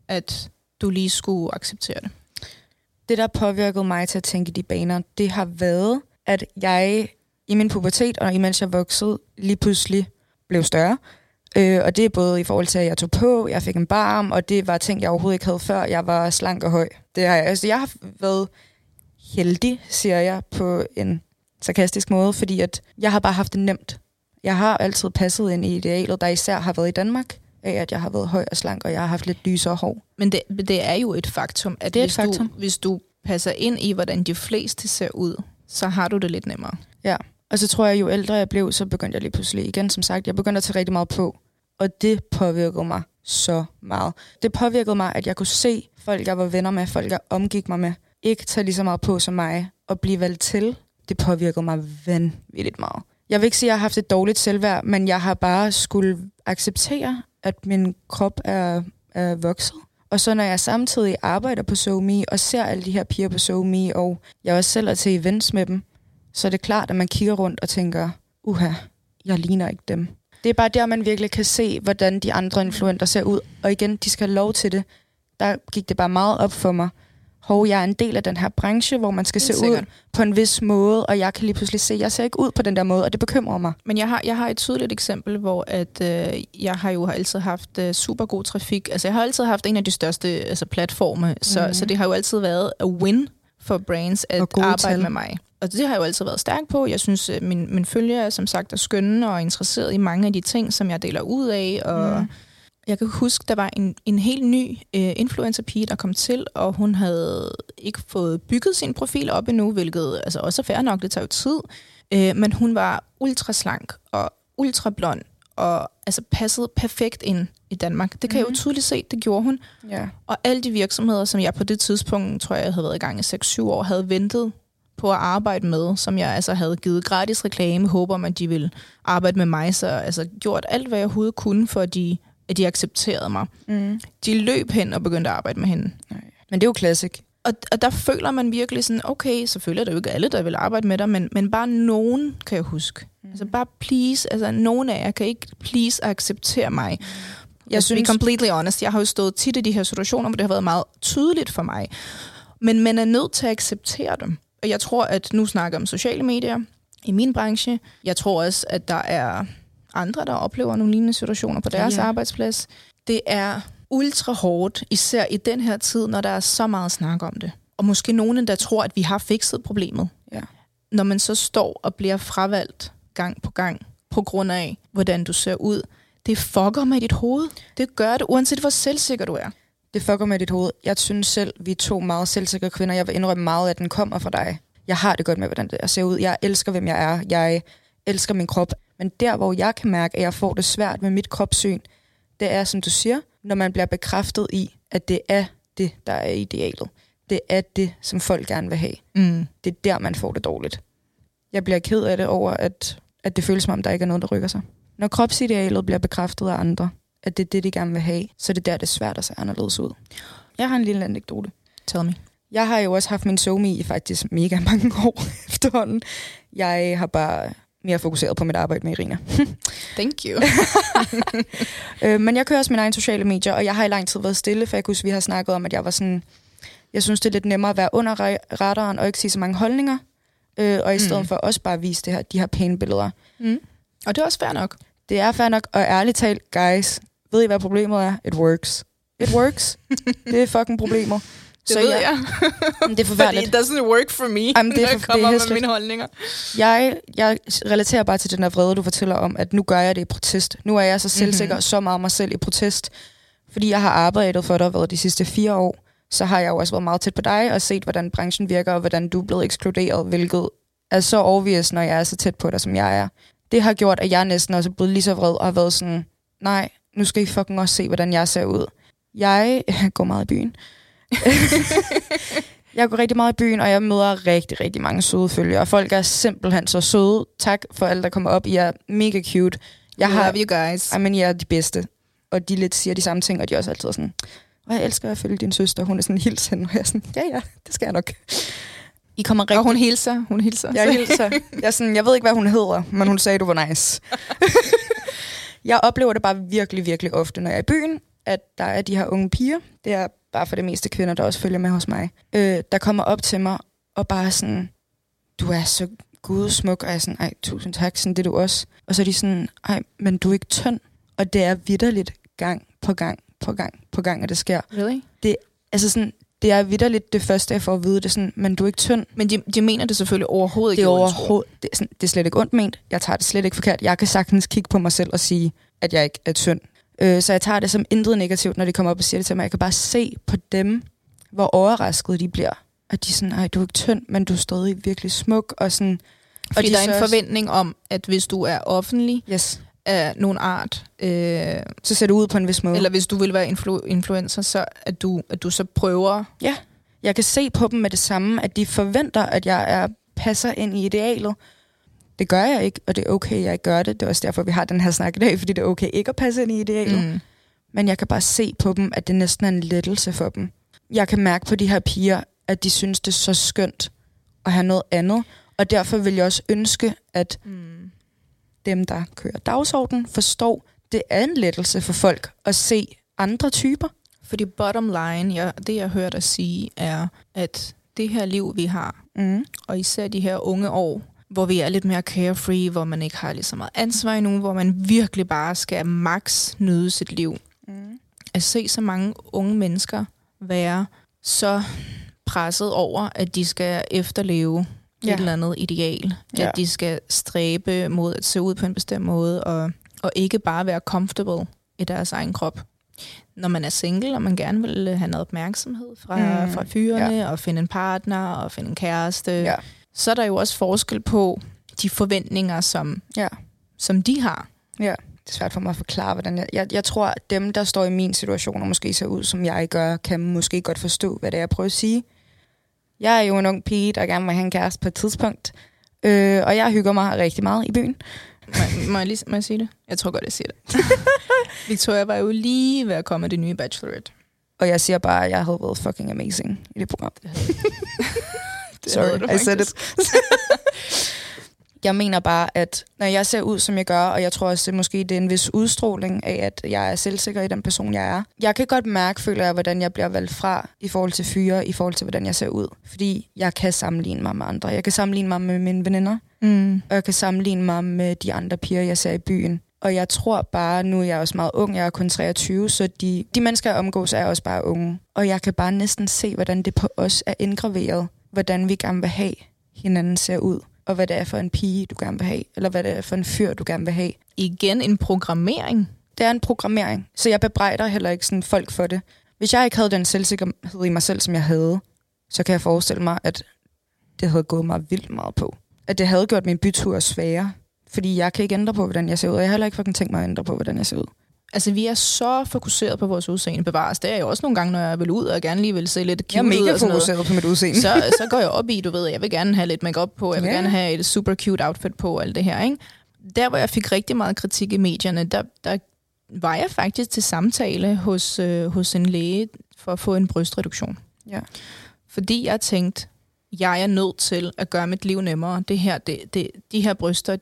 at du lige skulle acceptere det? Det, der påvirkede mig til at tænke de baner, det har været, at jeg i min pubertet, og imens jeg voksede, lige pludselig blev større. Og det er både i forhold til, at jeg tog på, jeg fik en barm, og det var ting, jeg overhovedet ikke havde før. Jeg var slank og høj. Det har jeg. Altså, jeg har været heldig, siger jeg, på en sarkastisk måde, fordi at jeg har bare haft det nemt. Jeg har altid passet ind i idealet, der især har været i Danmark, af at jeg har været høj og slank, og jeg har haft lidt lysere hår. Men det er jo et faktum, at hvis du passer ind i, hvordan de fleste ser ud, så har du det lidt nemmere. Ja. Og så tror jeg, jo ældre jeg blev, så begyndte jeg lige pludselig igen, som sagt. Jeg begyndte at tage rigtig meget på, og det påvirkede mig så meget. Det påvirkede mig, at jeg kunne se folk, jeg var venner med, folk, jeg omgik mig med, ikke tage lige så meget på som mig, og blive valgt til. Det påvirkede mig vanvittigt meget. Jeg vil ikke sige, at jeg har haft et dårligt selvværd, men jeg har bare skulle acceptere, at min krop er vokset. Og så når jeg samtidig arbejder på SoMe, og ser alle de her piger på SoMe, og jeg også selv er til events med dem, så er det klart, at man kigger rundt og tænker, jeg ligner ikke dem. Det er bare der, man virkelig kan se, hvordan de andre influenter ser ud. Og igen, de skal have lov til det. Der gik det bare meget op for mig. Jeg er en del af den her branche, hvor man skal se ud på en vis måde, og jeg kan lige pludselig se, at jeg ser ikke ud på den der måde, og det bekymrer mig. Men jeg har et tydeligt eksempel, hvor jeg har jo altid haft super god trafik. Altså jeg har altid haft en af de største platforme, så det har jo altid været a win for brands at arbejde med mig. Og det har jeg jo altid været stærk på. Jeg synes, min følgere, som sagt, er skønne og interesseret i mange af de ting, som jeg deler ud af. Og jeg kan huske, der var en helt ny influencer-pige, der kom til, og hun havde ikke fået bygget sin profil op endnu, hvilket altså også er fair nok, det tager jo tid. Men hun var ultra slank og ultra blond, og altså passede perfekt ind i Danmark. Det kan jeg jo tydeligt se, det gjorde hun. Yeah. Og alle de virksomheder, som jeg på det tidspunkt, tror jeg havde været i gang i 6-7 år, havde ventet på at arbejde med, som jeg altså havde givet gratis reklame, håber om, at de ville arbejde med mig, så altså gjort alt, hvad jeg overhovedet kunne, for at de at de accepterede mig. De løb hen og begyndte at arbejde med hende. Nej. Men det er jo klassik. Og der føler man virkelig sådan, okay, selvfølgelig er det jo ikke alle, der vil arbejde med dig, men bare nogen kan jeg huske. Altså bare please, altså nogen af jer kan ikke please acceptere mig. Jeg synes, completely honest, jeg har jo stået tit i de her situationer, hvor det har været meget tydeligt for mig. Men man er nødt til at acceptere dem. Og jeg tror, at nu snakker om sociale medier i min branche. Jeg tror også, at der er andre, der oplever nogle lignende situationer på deres arbejdsplads. Det er ultra hårdt, især i den her tid, når der er så meget snak om det. Og måske nogen, der tror, at vi har fikset problemet. Ja. Når man så står og bliver fravalgt gang på gang, på grund af, hvordan du ser ud, det fucker med dit hoved. Det gør det, uanset hvor selvsikker du er. Det fucker med dit hoved. Jeg synes selv, vi er 2 meget selvsikre kvinder. Jeg vil indrømme meget, at den kommer fra dig. Jeg har det godt med, hvordan det ser ud. Jeg elsker, hvem jeg er. Jeg elsker min krop. Men der, hvor jeg kan mærke, at jeg får det svært med mit kropssyn, det er, som du siger, når man bliver bekræftet i, at det er det, der er idealet. Det er det, som folk gerne vil have. Det er der, man får det dårligt. Jeg bliver ked af det over, at det føles som om, der ikke er noget, der rykker sig. Når kropsidealet bliver bekræftet af andre, at det er det, de gerne vil have, så er det der, det er svært at se anderledes ud. Jeg har en lille anekdote. Tell me. Jeg har jo også haft min SoMe i faktisk mega mange år efterhånden. Jeg har bare mere fokuseret på mit arbejde med Irina. Thank you. Men jeg kører også mine egne sociale medier, og jeg har i lang tid været stille, for jeg kunne huske, vi har snakket om, at jeg var sådan, jeg synes, det er lidt nemmere at være under radaren og ikke sige så mange holdninger, og i stedet for også bare vise de her pæne billeder. Og det er også fair nok. Det er fair nok, og ærligt talt, guys, ved I, hvad problemet er? It works. It works. Det er fucking problemet. Det ved jeg. Det er forfærdeligt. It doesn't work for me, Jamen, når jeg kommer med mine holdninger. Jeg relaterer bare til den der vrede, du fortæller om, at nu gør jeg det i protest. Nu er jeg så selvsikker så meget mig selv i protest. Fordi jeg har arbejdet for dig de sidste 4 år, så har jeg jo også været meget tæt på dig og set, hvordan branchen virker, og hvordan du er blevet ekskluderet, hvilket er så obvious, når jeg er så tæt på dig, som jeg er. Det har gjort, at jeg næsten også er blevet lige så vred og har været sådan, nej, nu skal I fucking også se, hvordan jeg ser ud. Jeg går meget i byen. Jeg går rigtig meget i byen, og jeg møder rigtig, rigtig mange søde følgere. Folk er simpelthen så søde. Tak for alle, der kommer op. I er mega cute. Love you guys. Men I er de bedste. Og de lidt siger de samme ting, og de er også altid sådan, jeg elsker at følge din søster. Hun er sådan hils hende. Og jeg er sådan, ja, det skal jeg nok. I kommer rigtig... Og hun hilser. Jeg hilser. Jeg ved ikke, hvad hun hedder, men hun sagde, du var nice. Jeg oplever det bare virkelig, virkelig ofte, når jeg er i byen, at der er de her unge piger. Det er bare for det meste kvinder, der også følger med hos mig. Der kommer op til mig og bare sådan, du er så gudsmuk. Og jeg er sådan, ej, tusind tak, sådan det er du også. Og så er de sådan, ej, men du er ikke tynd. Og det er vitterligt gang på gang, at det sker. Really? Det er vitterligt det første, jeg får at vide. Det er sådan, men du er ikke tynd. Men de mener det selvfølgelig overhovedet ikke. Det er slet ikke ondt ment. Jeg tager det slet ikke forkert. Jeg kan sagtens kigge på mig selv og sige, at jeg ikke er tynd. Så jeg tager det som intet negativt, når de kommer op og siger det til mig. Jeg kan bare se på dem, hvor overraskede de bliver. At de er sådan, ej, du er ikke tynd, men du er stadig virkelig smuk. Og sådan, fordi og der er en forventning om, at hvis du er offentlig af nogen art, så ser du ud på en vis måde. Eller hvis du vil være influencer, så at du så prøver. Ja, jeg kan se på dem med det samme, at de forventer, at jeg passer ind i idealet. Det gør jeg ikke, og det er okay, jeg ikke gør det. Det er også derfor, vi har den her snak i dag, fordi det er okay ikke at passe ind i idealet. Men jeg kan bare se på dem, at det næsten er en lettelse for dem. Jeg kan mærke på de her piger, at de synes, det er så skønt at have noget andet. Og derfor vil jeg også ønske, at dem, der kører dagsordenen, forstår, det er en lettelse for folk at se andre typer. Fordi bottom line, det jeg hører dig sige, er, at det her liv, vi har, og især de her unge år, hvor vi er lidt mere carefree, hvor man ikke har lige så meget ansvar endnu, hvor man virkelig bare skal max nyde sit liv. At se så mange unge mennesker være så presset over, at de skal efterleve et eller andet ideal. At de skal stræbe mod at se ud på en bestemt måde, og ikke bare være comfortable i deres egen krop. Når man er single, og man gerne vil have noget opmærksomhed fra fyrene, og finde en partner, og finde en kæreste, så er der jo også forskel på de forventninger, som de har. Ja, det er svært for mig at forklare, hvordan jeg tror, at dem, der står i min situation, og måske ser ud, som jeg gør, kan måske godt forstå, hvad det er, jeg prøver at sige. Jeg er jo en ung pige, der gerne vil have en kæreste på et tidspunkt, og jeg hygger mig rigtig meget i byen. Må jeg sige det? Jeg tror godt, jeg siger det. Victoria var jo lige ved at komme af det nye Bachelorette. Og jeg siger bare, at jeg havde været fucking amazing i det program. Sorry, I said it. Jeg mener bare, at når jeg ser ud, som jeg gør, og jeg tror også, at måske det er en vis udstråling af, at jeg er selvsikker i den person, jeg er. Jeg kan godt mærke, føler jeg, hvordan jeg bliver valgt fra i forhold til fyre, i forhold til, hvordan jeg ser ud. Fordi jeg kan sammenligne mig med andre. Jeg kan sammenligne mig med mine veninder, og jeg kan sammenligne mig med de andre piger, jeg ser i byen. Og jeg tror bare, nu er jeg også meget ung, jeg er kun 23, så de mennesker, jeg omgås, er også bare unge. Og jeg kan bare næsten se, hvordan det på os er indgraveret, hvordan vi gerne vil have hinanden ser ud. Og hvad det er for en pige, du gerne vil have, eller hvad det er for en fyr, du gerne vil have. Igen en programmering. Det er en programmering, så jeg bebrejder heller ikke sådan folk for det. Hvis jeg ikke havde den selvsikkerhed i mig selv, som jeg havde, så kan jeg forestille mig, at det havde gået mig vildt meget på. At det havde gjort min bytur sværere, fordi jeg kan ikke ændre på, hvordan jeg ser ud, og jeg har heller ikke fucking tænkt mig at ændre på, hvordan jeg ser ud. Altså, vi er så fokuseret på vores udseende bevares. Det er jo også nogle gange, når jeg vil ud og gerne lige vil se lidt cute ud. Jeg er mega fokuseret på mit udseende. Så går jeg op i, du ved, jeg vil gerne have lidt makeup på, jeg vil gerne have et super cute outfit på, og alt det her, ikke? Der, hvor jeg fik rigtig meget kritik i medierne, der var jeg faktisk til samtale hos en læge for at få en brystreduktion. Ja. Fordi jeg tænkte, jeg er nødt til at gøre mit liv nemmere. De her bryster,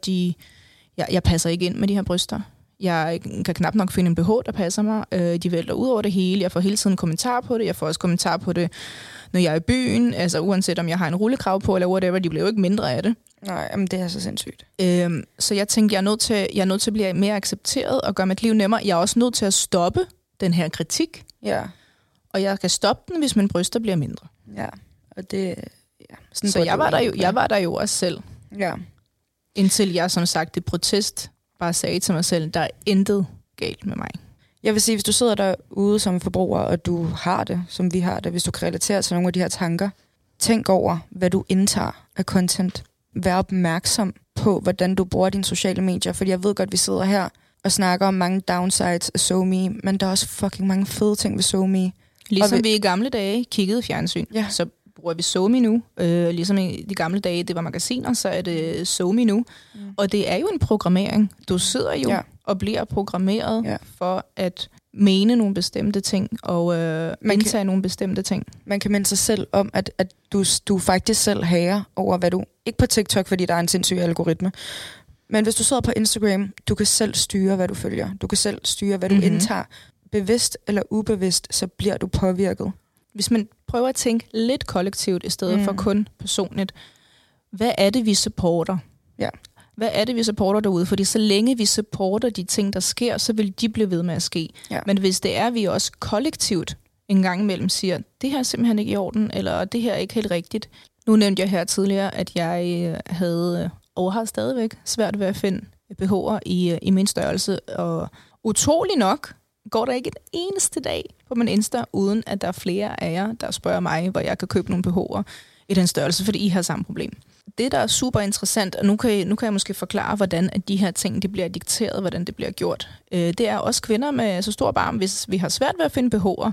jeg passer ikke ind med de her bryster. Jeg kan knap nok finde en BH, der passer mig. De vælter ud over det hele. Jeg får hele tiden kommentar på det. Jeg får også kommentar på det, når jeg er i byen. Altså uanset om jeg har en rullekrav på, eller whatever, de bliver jo ikke mindre af det. Nej, men det er så sindssygt. Så jeg tænkte, jeg er nødt til at blive mere accepteret og gøre mit liv nemmere. Jeg er også nødt til at stoppe den her kritik. Ja. Og jeg kan stoppe den, hvis mine bryster bliver mindre. Ja, og det... Ja, sådan så jeg var der jo også selv. Ja. Indtil jeg, som sagt, i protest bare sagde til mig selv, der er intet galt med mig. Jeg vil sige, hvis du sidder derude som forbruger, og du har det, som vi har det, hvis du kan relatere til nogle af de her tanker, tænk over, hvad du indtager af content. Vær opmærksom på, hvordan du bruger dine sociale medier, fordi jeg ved godt, vi sidder her og snakker om mange downsides af SoMe, men der er også fucking mange fede ting ved SoMe. Ligesom vi i gamle dage kiggede fjernsyn, så bruger vi SoMe nu. Ligesom i de gamle dage, det var magasiner, så er det SoMe nu. Og det er jo en programmering. Du sidder jo og bliver programmeret for at mene nogle bestemte ting, og indtage nogle bestemte ting. Man kan minde sig selv om, at du faktisk selv hager over, hvad du... Ikke på TikTok, fordi der er en sindssyg algoritme, men hvis du sidder på Instagram, du kan selv styre, hvad du følger. Du kan selv styre, hvad du indtager. Bevidst eller ubevidst, så bliver du påvirket. Hvis man prøver at tænke lidt kollektivt, i stedet for kun personligt, hvad er det, vi supporter? Ja. Hvad er det, vi supporter derude? Fordi så længe vi supporter de ting, der sker, så vil de blive ved med at ske. Ja. Men hvis det er, vi også kollektivt en gang imellem siger, det her er simpelthen ikke i orden, eller det her er ikke helt rigtigt. Nu nævnte jeg her tidligere, at jeg havde, og har stadigvæk svært ved at finde BH'er i min størrelse. Og utrolig nok går der ikke en eneste dag på min Insta, uden at der er flere af jer, der spørger mig, hvor jeg kan købe nogle BH'er i den størrelse, fordi I har samme problem. Det, der er super interessant, og nu kan jeg måske forklare, hvordan at de her ting de bliver dikteret, hvordan det bliver gjort. Det er også kvinder med så stor barm, hvis vi har svært ved at finde BH'er,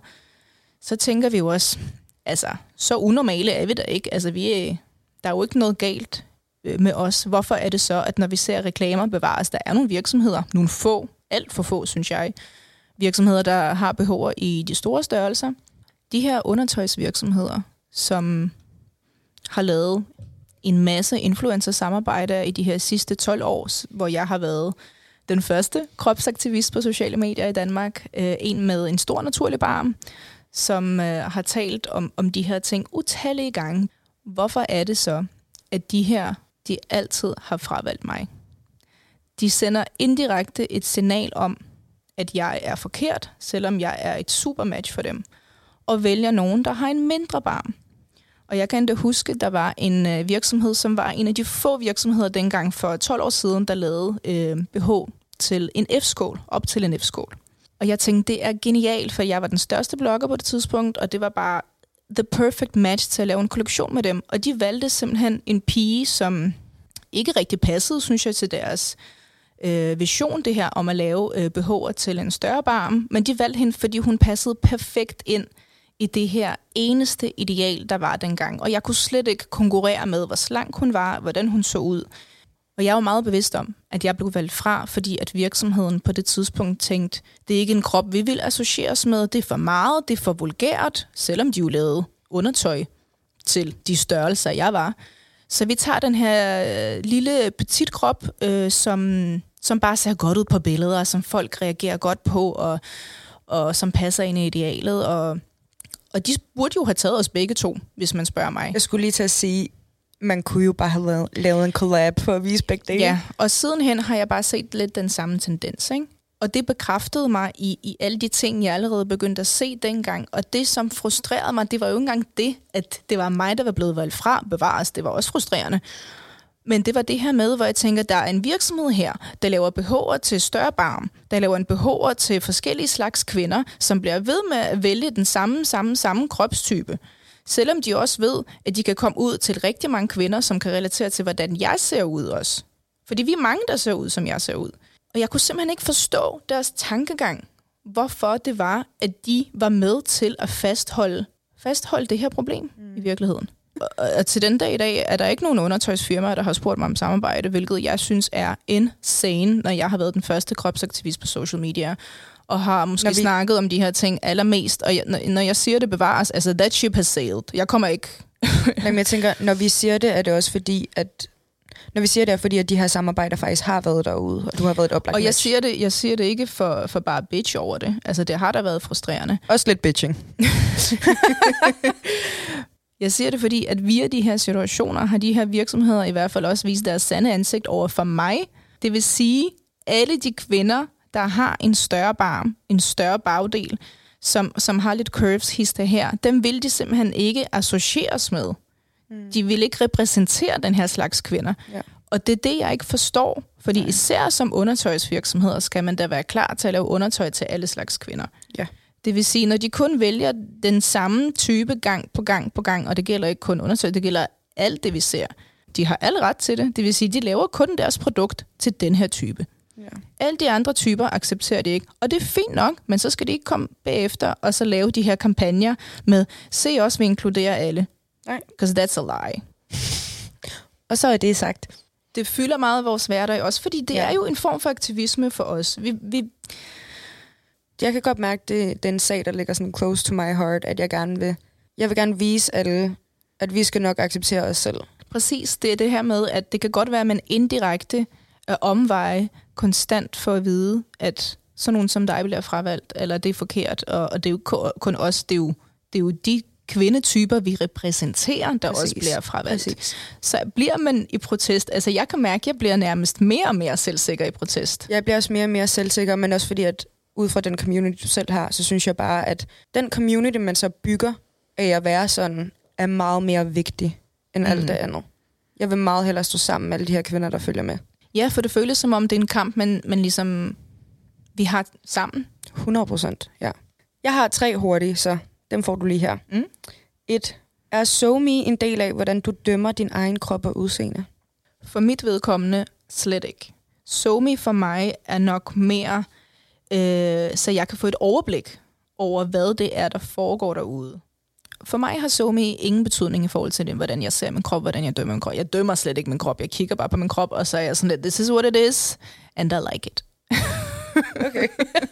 så tænker vi jo også, altså, så unormale er vi da ikke. Altså, der er jo ikke noget galt med os. Hvorfor er det så, at når vi ser reklamer bevares, der er nogle virksomheder, nogle få, alt for få, synes jeg, virksomheder, der har BH'er i de store størrelser. De her undertøjsvirksomheder, som har lavet en masse influencer-samarbejder i de her sidste 12 år, hvor jeg har været den første kropsaktivist på sociale medier i Danmark. En med en stor naturlig barm, som har talt om de her ting utallige gange. Hvorfor er det så, at de altid har fravalgt mig? De sender indirekte et signal om, at jeg er forkert, selvom jeg er et supermatch for dem, og vælger nogen, der har en mindre barm. Og jeg kan endda huske, der var en virksomhed, som var en af de få virksomheder dengang for 12 år siden, der lavede BH til en F-skål, op til en F-skål. Og jeg tænkte, det er genialt, for jeg var den største blogger på det tidspunkt, og det var bare the perfect match til at lave en kollektion med dem. Og de valgte simpelthen en pige, som ikke rigtig passede, synes jeg, til deres vision, det her om at lave BH'er til en større barm. Men de valgte hende, fordi hun passede perfekt ind i det her eneste ideal, der var dengang. Og jeg kunne slet ikke konkurrere med, hvor slank hun var, hvordan hun så ud. Og jeg var meget bevidst om, at jeg blev valgt fra, fordi at virksomheden på det tidspunkt tænkte, det er ikke en krop, vi vil associeres med, det er for meget, det er for vulgært, selvom de jo lavede undertøj til de størrelser, jeg var. Så vi tager den her lille petit krop, som bare ser godt ud på billeder, som folk reagerer godt på, og som passer ind i idealet. Og de burde jo have taget os begge to, hvis man spørger mig. Jeg skulle lige til at sige, man kunne jo bare have lavet en collab for at vise begge dele. Ja, og sidenhen har jeg bare set lidt den samme tendens, ikke? Og det bekræftede mig i alle de ting, jeg allerede begyndte at se dengang. Og det, som frustrerede mig, det var jo ikke engang det, at det var mig, der var blevet valgt fra bevares. Det var også frustrerende. Men det var det her med, hvor jeg tænker, der er en virksomhed her, der laver BH'er til større barm, der laver en BH'er til forskellige slags kvinder, som bliver ved med at vælge den samme kropstype. Selvom de også ved, at de kan komme ud til rigtig mange kvinder, som kan relatere til, hvordan jeg ser ud også. Fordi vi er mange, der ser ud, som jeg ser ud. Og jeg kunne simpelthen ikke forstå deres tankegang, hvorfor det var, at de var med til at fastholde det her problem i virkeligheden. Og til den dag i dag er der ikke nogen undertøjsfirmaer, der har spurgt mig om samarbejde, hvilket jeg synes er insane, når jeg har været den første kropsaktivist på social media, og har måske snakket om de her ting allermest. Og når jeg siger det bevares, altså that ship has sailed. Jeg kommer ikke... Men jeg tænker, når vi siger det, er det også fordi, at... Når vi siger det, er fordi, at de her samarbejder faktisk har været derude, og du har været et oplagt match. Og jeg siger det ikke for bare bitch over det. Altså, det har da været frustrerende. Også lidt bitching. Jeg siger det, fordi at via de her situationer har de her virksomheder i hvert fald også vist deres sande ansigt over for mig. Det vil sige, alle de kvinder, der har en større barm, en større bagdel, som har lidt curves hister her, dem vil de simpelthen ikke associeres med. De vil ikke repræsentere den her slags kvinder. Ja. Og det er det, jeg ikke forstår. Fordi især som undertøjsvirksomheder skal man da være klar til at lave undertøj til alle slags kvinder. Ja. Det vil sige, når de kun vælger den samme type gang på gang, og det gælder ikke kun undertøj, det gælder alt det, vi ser. De har alle ret til det. Det vil sige, de laver kun deres produkt til den her type. Ja. Alle de andre typer accepterer de ikke. Og det er fint nok, men så skal de ikke komme bagefter og så lave de her kampagner med, se os, vi inkluderer alle. Nej. Because that's a lie. Og så er det sagt. Det fylder meget af vores hverdag også, fordi det er jo en form for aktivisme for os. Jeg kan godt mærke, det er en sag, der ligger sådan close to my heart, at jeg vil gerne vise alle, at vi skal nok acceptere os selv. Præcis, det er det her med, at det kan godt være, at man indirekte omveje konstant for at vide, at sådan nogen som dig bliver fravalgt, eller det er forkert, og det er jo kun os, det er jo de kvindetyper, vi repræsenterer, der også bliver fravalgt. Præcis. Så bliver man i protest, altså jeg kan mærke, at jeg bliver nærmest mere og mere selvsikker i protest. Jeg bliver også mere og mere selvsikker, men også fordi, at ud fra den community, du selv har, så synes jeg bare, at den community, man så bygger af at være sådan, er meget mere vigtig end alt det andet. Jeg vil meget hellere stå sammen med alle de her kvinder, der følger med. Ja, for det føles som om, det er en kamp, men ligesom vi har sammen. 100%, ja. Jeg har 3 hurtige, så dem får du lige her. 1. Er SoMe en del af, hvordan du dømmer din egen krop og udseende? For mit vedkommende slet ikke. SoMe for mig er nok mere, så jeg kan få et overblik over, hvad det er, der foregår derude. For mig har SoMe ingen betydning i forhold til det, hvordan jeg ser min krop, hvordan jeg dømmer min krop. Jeg dømmer slet ikke min krop. Jeg kigger bare på min krop, og så er jeg sådan lidt, this is what it is, and I like it. Okay.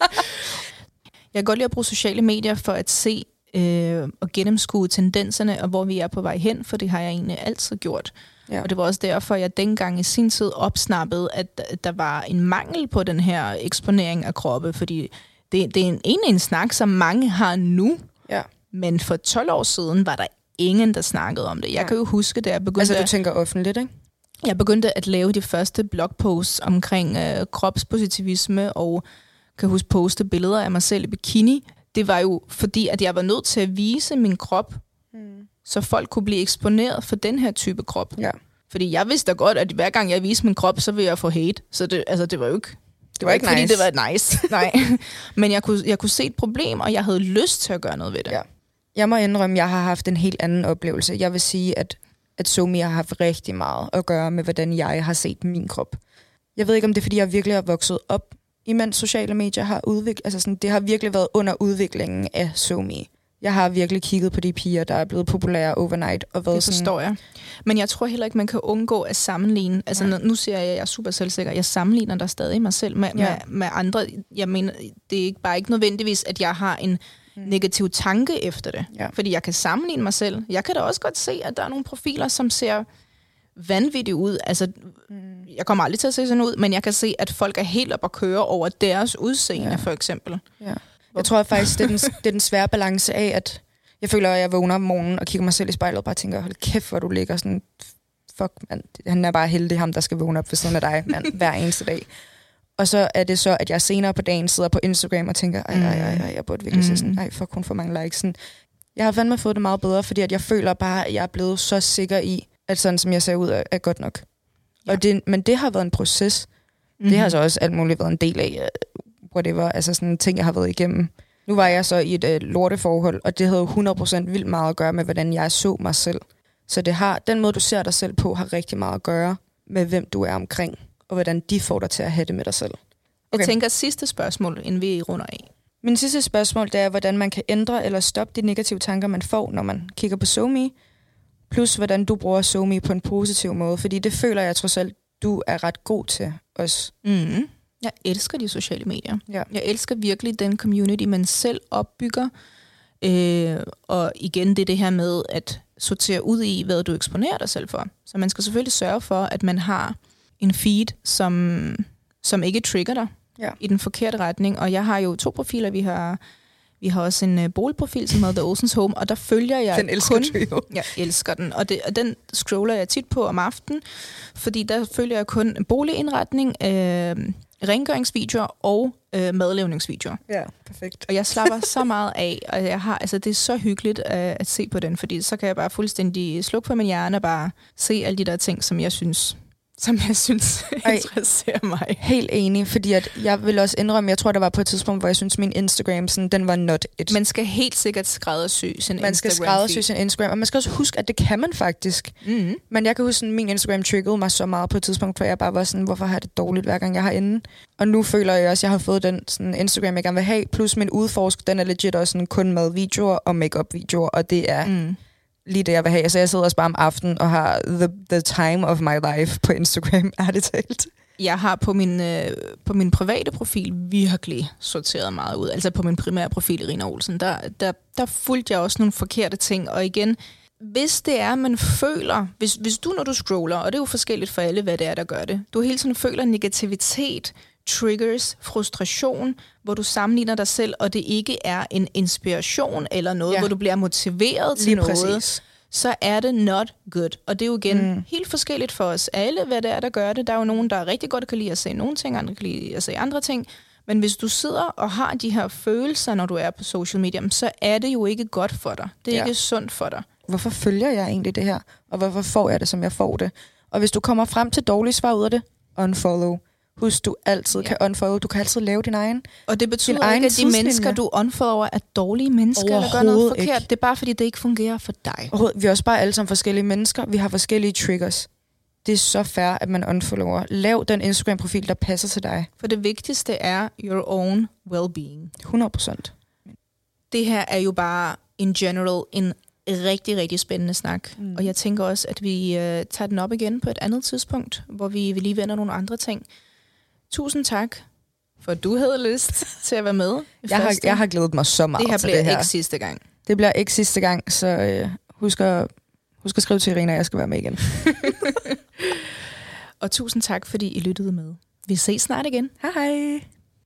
Jeg kan godt lide at bruge sociale medier for at se og gennemskue tendenserne, og hvor vi er på vej hen, for det har jeg egentlig altid gjort. Ja. Og det var også derfor, jeg dengang i sin tid opsnappede, at der var en mangel på den her eksponering af kroppe, fordi det er egentlig en snak, som mange har nu, men for 12 år siden var der ingen, der snakkede om det. Jeg kan jo huske, da jeg begyndte... Altså, du tænker offentligt, ikke? Jeg begyndte at lave de første blogposts omkring kropspositivisme, og kan huske poste billeder af mig selv i bikini. Det var jo fordi, at jeg var nødt til at vise min krop, så folk kunne blive eksponeret for den her type krop. Ja. Fordi jeg vidste da godt, at hver gang jeg viste min krop, så ville jeg få hate. Så det var jo ikke... Det var ikke nice. Fordi det var nice. Nej. Men jeg kunne se et problem, og jeg havde lyst til at gøre noget ved det. Ja. Jeg må indrømme, at jeg har haft en helt anden oplevelse. Jeg vil sige, at SoMe har haft rigtig meget at gøre med, hvordan jeg har set min krop. Jeg ved ikke, om det er, fordi jeg virkelig har vokset op, imens sociale medier har udviklet... Altså sådan, det har virkelig været under udviklingen af SoMe. Jeg har virkelig kigget på de piger, der er blevet populære overnight. Og været det forstår jeg. Men jeg tror heller ikke, man kan undgå at sammenligne. Altså nu siger jeg er super selvsikker. Jeg sammenligner der stadig mig selv med andre. Jeg mener, det er bare ikke nødvendigvis, at jeg har en negativ tanke efter det. Ja. Fordi jeg kan sammenligne mig selv. Jeg kan da også godt se, at der er nogle profiler, som ser vanvittigt ud. Altså, jeg kommer aldrig til at se sådan ud, men jeg kan se, at folk er helt op at køre over deres udseende, for eksempel. Ja. Jeg tror faktisk, det er den svære balance af, at jeg føler, at jeg vågner om morgenen og kigger mig selv i spejlet og bare tænker, hold kæft, hvor du ligger sådan, fuck, man, han er bare heldig, ham der skal vågne op ved siden af dig, mand, hver eneste dag. Og så er det så, at jeg senere på dagen sidder på Instagram og tænker, jeg burde virkelig se sådan, fuck, hun får mange likes. Sådan. Jeg har fandme fået det meget bedre, fordi at jeg føler bare, at jeg er blevet så sikker i, at sådan som jeg ser ud er godt nok. Ja. Men det har været en proces. Det har så også alt muligt været en del af, whatever, altså sådan ting, jeg har været igennem. Nu var jeg så i et lorteforhold, og det havde 100% vildt meget at gøre med, hvordan jeg så mig selv. Så det har, den måde, du ser dig selv på, har rigtig meget at gøre med, hvem du er omkring, og hvordan de får dig til at have det med dig selv. Okay. Jeg tænker sidste spørgsmål, inden vi runder af. Min sidste spørgsmål, det er, hvordan man kan ændre eller stoppe de negative tanker, man får, når man kigger på SoMe, plus hvordan du bruger SoMe på en positiv måde, fordi det føler jeg trods alt, du er ret god til os. Mm. Jeg elsker de sociale medier. Ja. Jeg elsker virkelig den community, man selv opbygger. Og igen, det her med at sortere ud i, hvad du eksponerer dig selv for. Så man skal selvfølgelig sørge for, at man har en feed, som ikke trigger dig i den forkerte retning. Og jeg har jo 2 profiler. Vi har også en boligprofil, som hedder The Olsen's Home, og der følger jeg den elsker kun... Du jo. Jeg elsker den, og den scroller jeg tit på om aftenen, fordi der følger jeg kun boligindretning, rengøringsvideoer og madlavningsvideoer. Ja, perfekt. Og jeg slapper så meget af, og det er så hyggeligt at se på den, fordi så kan jeg bare fuldstændig slukke på min hjerne og bare se alle de der ting, som jeg synes interesserer mig. Helt enig, fordi at jeg vil også indrømme, jeg tror, der var på et tidspunkt, hvor jeg synes, min Instagram, sådan, den var not it. Man skal helt sikkert skræddersy sin Instagram. Man skal skræddersy sin Instagram, og man skal også huske, at det kan man faktisk. Mm-hmm. Men jeg kan huske, at min Instagram triggede mig så meget på et tidspunkt, for jeg bare var sådan, hvorfor har jeg det dårligt, hver gang jeg har inde? Og nu føler jeg også, at jeg har fået den sådan, Instagram, jeg gerne vil have, plus min udforsk, den er legit også sådan, kun madvideoer og make-up-videoer, og det er... lige det, jeg vil have. Så jeg sidder også bare om aftenen og har the time of my life på Instagram, ærligt talt. Jeg har på min private profil virkelig sorteret meget ud. Altså på min primære profil, Irina Olsen, der fulgte jeg også nogle forkerte ting. Og igen, hvis det er, man føler, hvis du, når du scroller, og det er jo forskelligt for alle, hvad det er, der gør det, du hele tiden føler negativitet, triggers, frustration, hvor du sammenligner dig selv, og det ikke er en inspiration eller noget, hvor du bliver motiveret til noget, præcis. Så er det not good. Og det er jo igen helt forskelligt for os alle, hvad det er, der gør det. Der er jo nogen, der rigtig godt kan lide at se nogle ting, andre kan lide at se andre ting. Men hvis du sidder og har de her følelser, når du er på social media, så er det jo ikke godt for dig. Det er ikke sundt for dig. Hvorfor følger jeg egentlig det her? Og hvorfor får jeg det, som jeg får det? Og hvis du kommer frem til dårlige svar ud af det, unfollow. Husk, du altid kan unfollow. Du kan altid lave din egen. Og det betyder ikke, at de mennesker, du unfollower, er dårlige mennesker, eller gør noget forkert. Ikke. Det er bare, fordi det ikke fungerer for dig. Vi er også bare alle sammen forskellige mennesker. Vi har forskellige triggers. Det er så fair, at man unfollower. Lav den Instagram-profil, der passer til dig. For det vigtigste er your own well-being. 100%. Det her er jo bare, in general, en rigtig, rigtig spændende snak. Og jeg tænker også, at vi tager den op igen på et andet tidspunkt, hvor vi lige vender nogle andre ting. Tusind tak, for at du havde lyst til at være med. Jeg har glædet mig så meget til det her. Det her bliver ikke sidste gang. Det bliver ikke sidste gang, så husk at skrive til Irina, at jeg skal være med igen. Og tusind tak, fordi I lyttede med. Vi ses snart igen. Hej.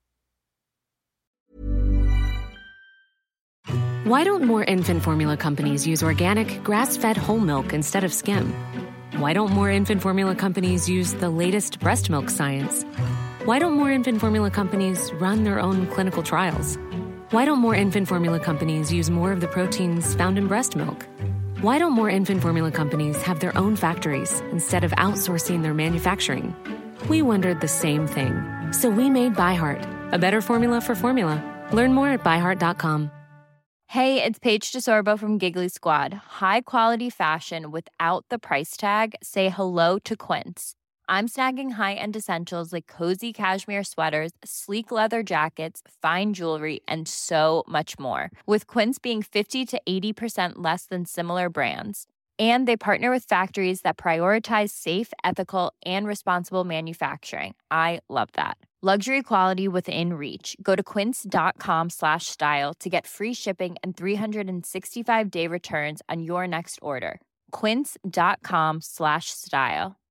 Why don't more infant formula companies use organic, grass-fed whole milk instead of skim? Why don't more infant formula companies use the latest breast milk science? Why don't more infant formula companies run their own clinical trials? Why don't more infant formula companies use more of the proteins found in breast milk? Why don't more infant formula companies have their own factories instead of outsourcing their manufacturing? We wondered the same thing. So we made ByHeart, a better formula for formula. Learn more at byheart.com. Hey, it's Paige DeSorbo from Giggly Squad. High quality fashion without the price tag. Say hello to Quince. I'm snagging high-end essentials like cozy cashmere sweaters, sleek leather jackets, fine jewelry, and so much more. With Quince being 50 to 80% less than similar brands. And they partner with factories that prioritize safe, ethical, and responsible manufacturing. I love that. Luxury quality within reach. Go to quince.com/style to get free shipping and 365-day returns on your next order. Quince.com/style.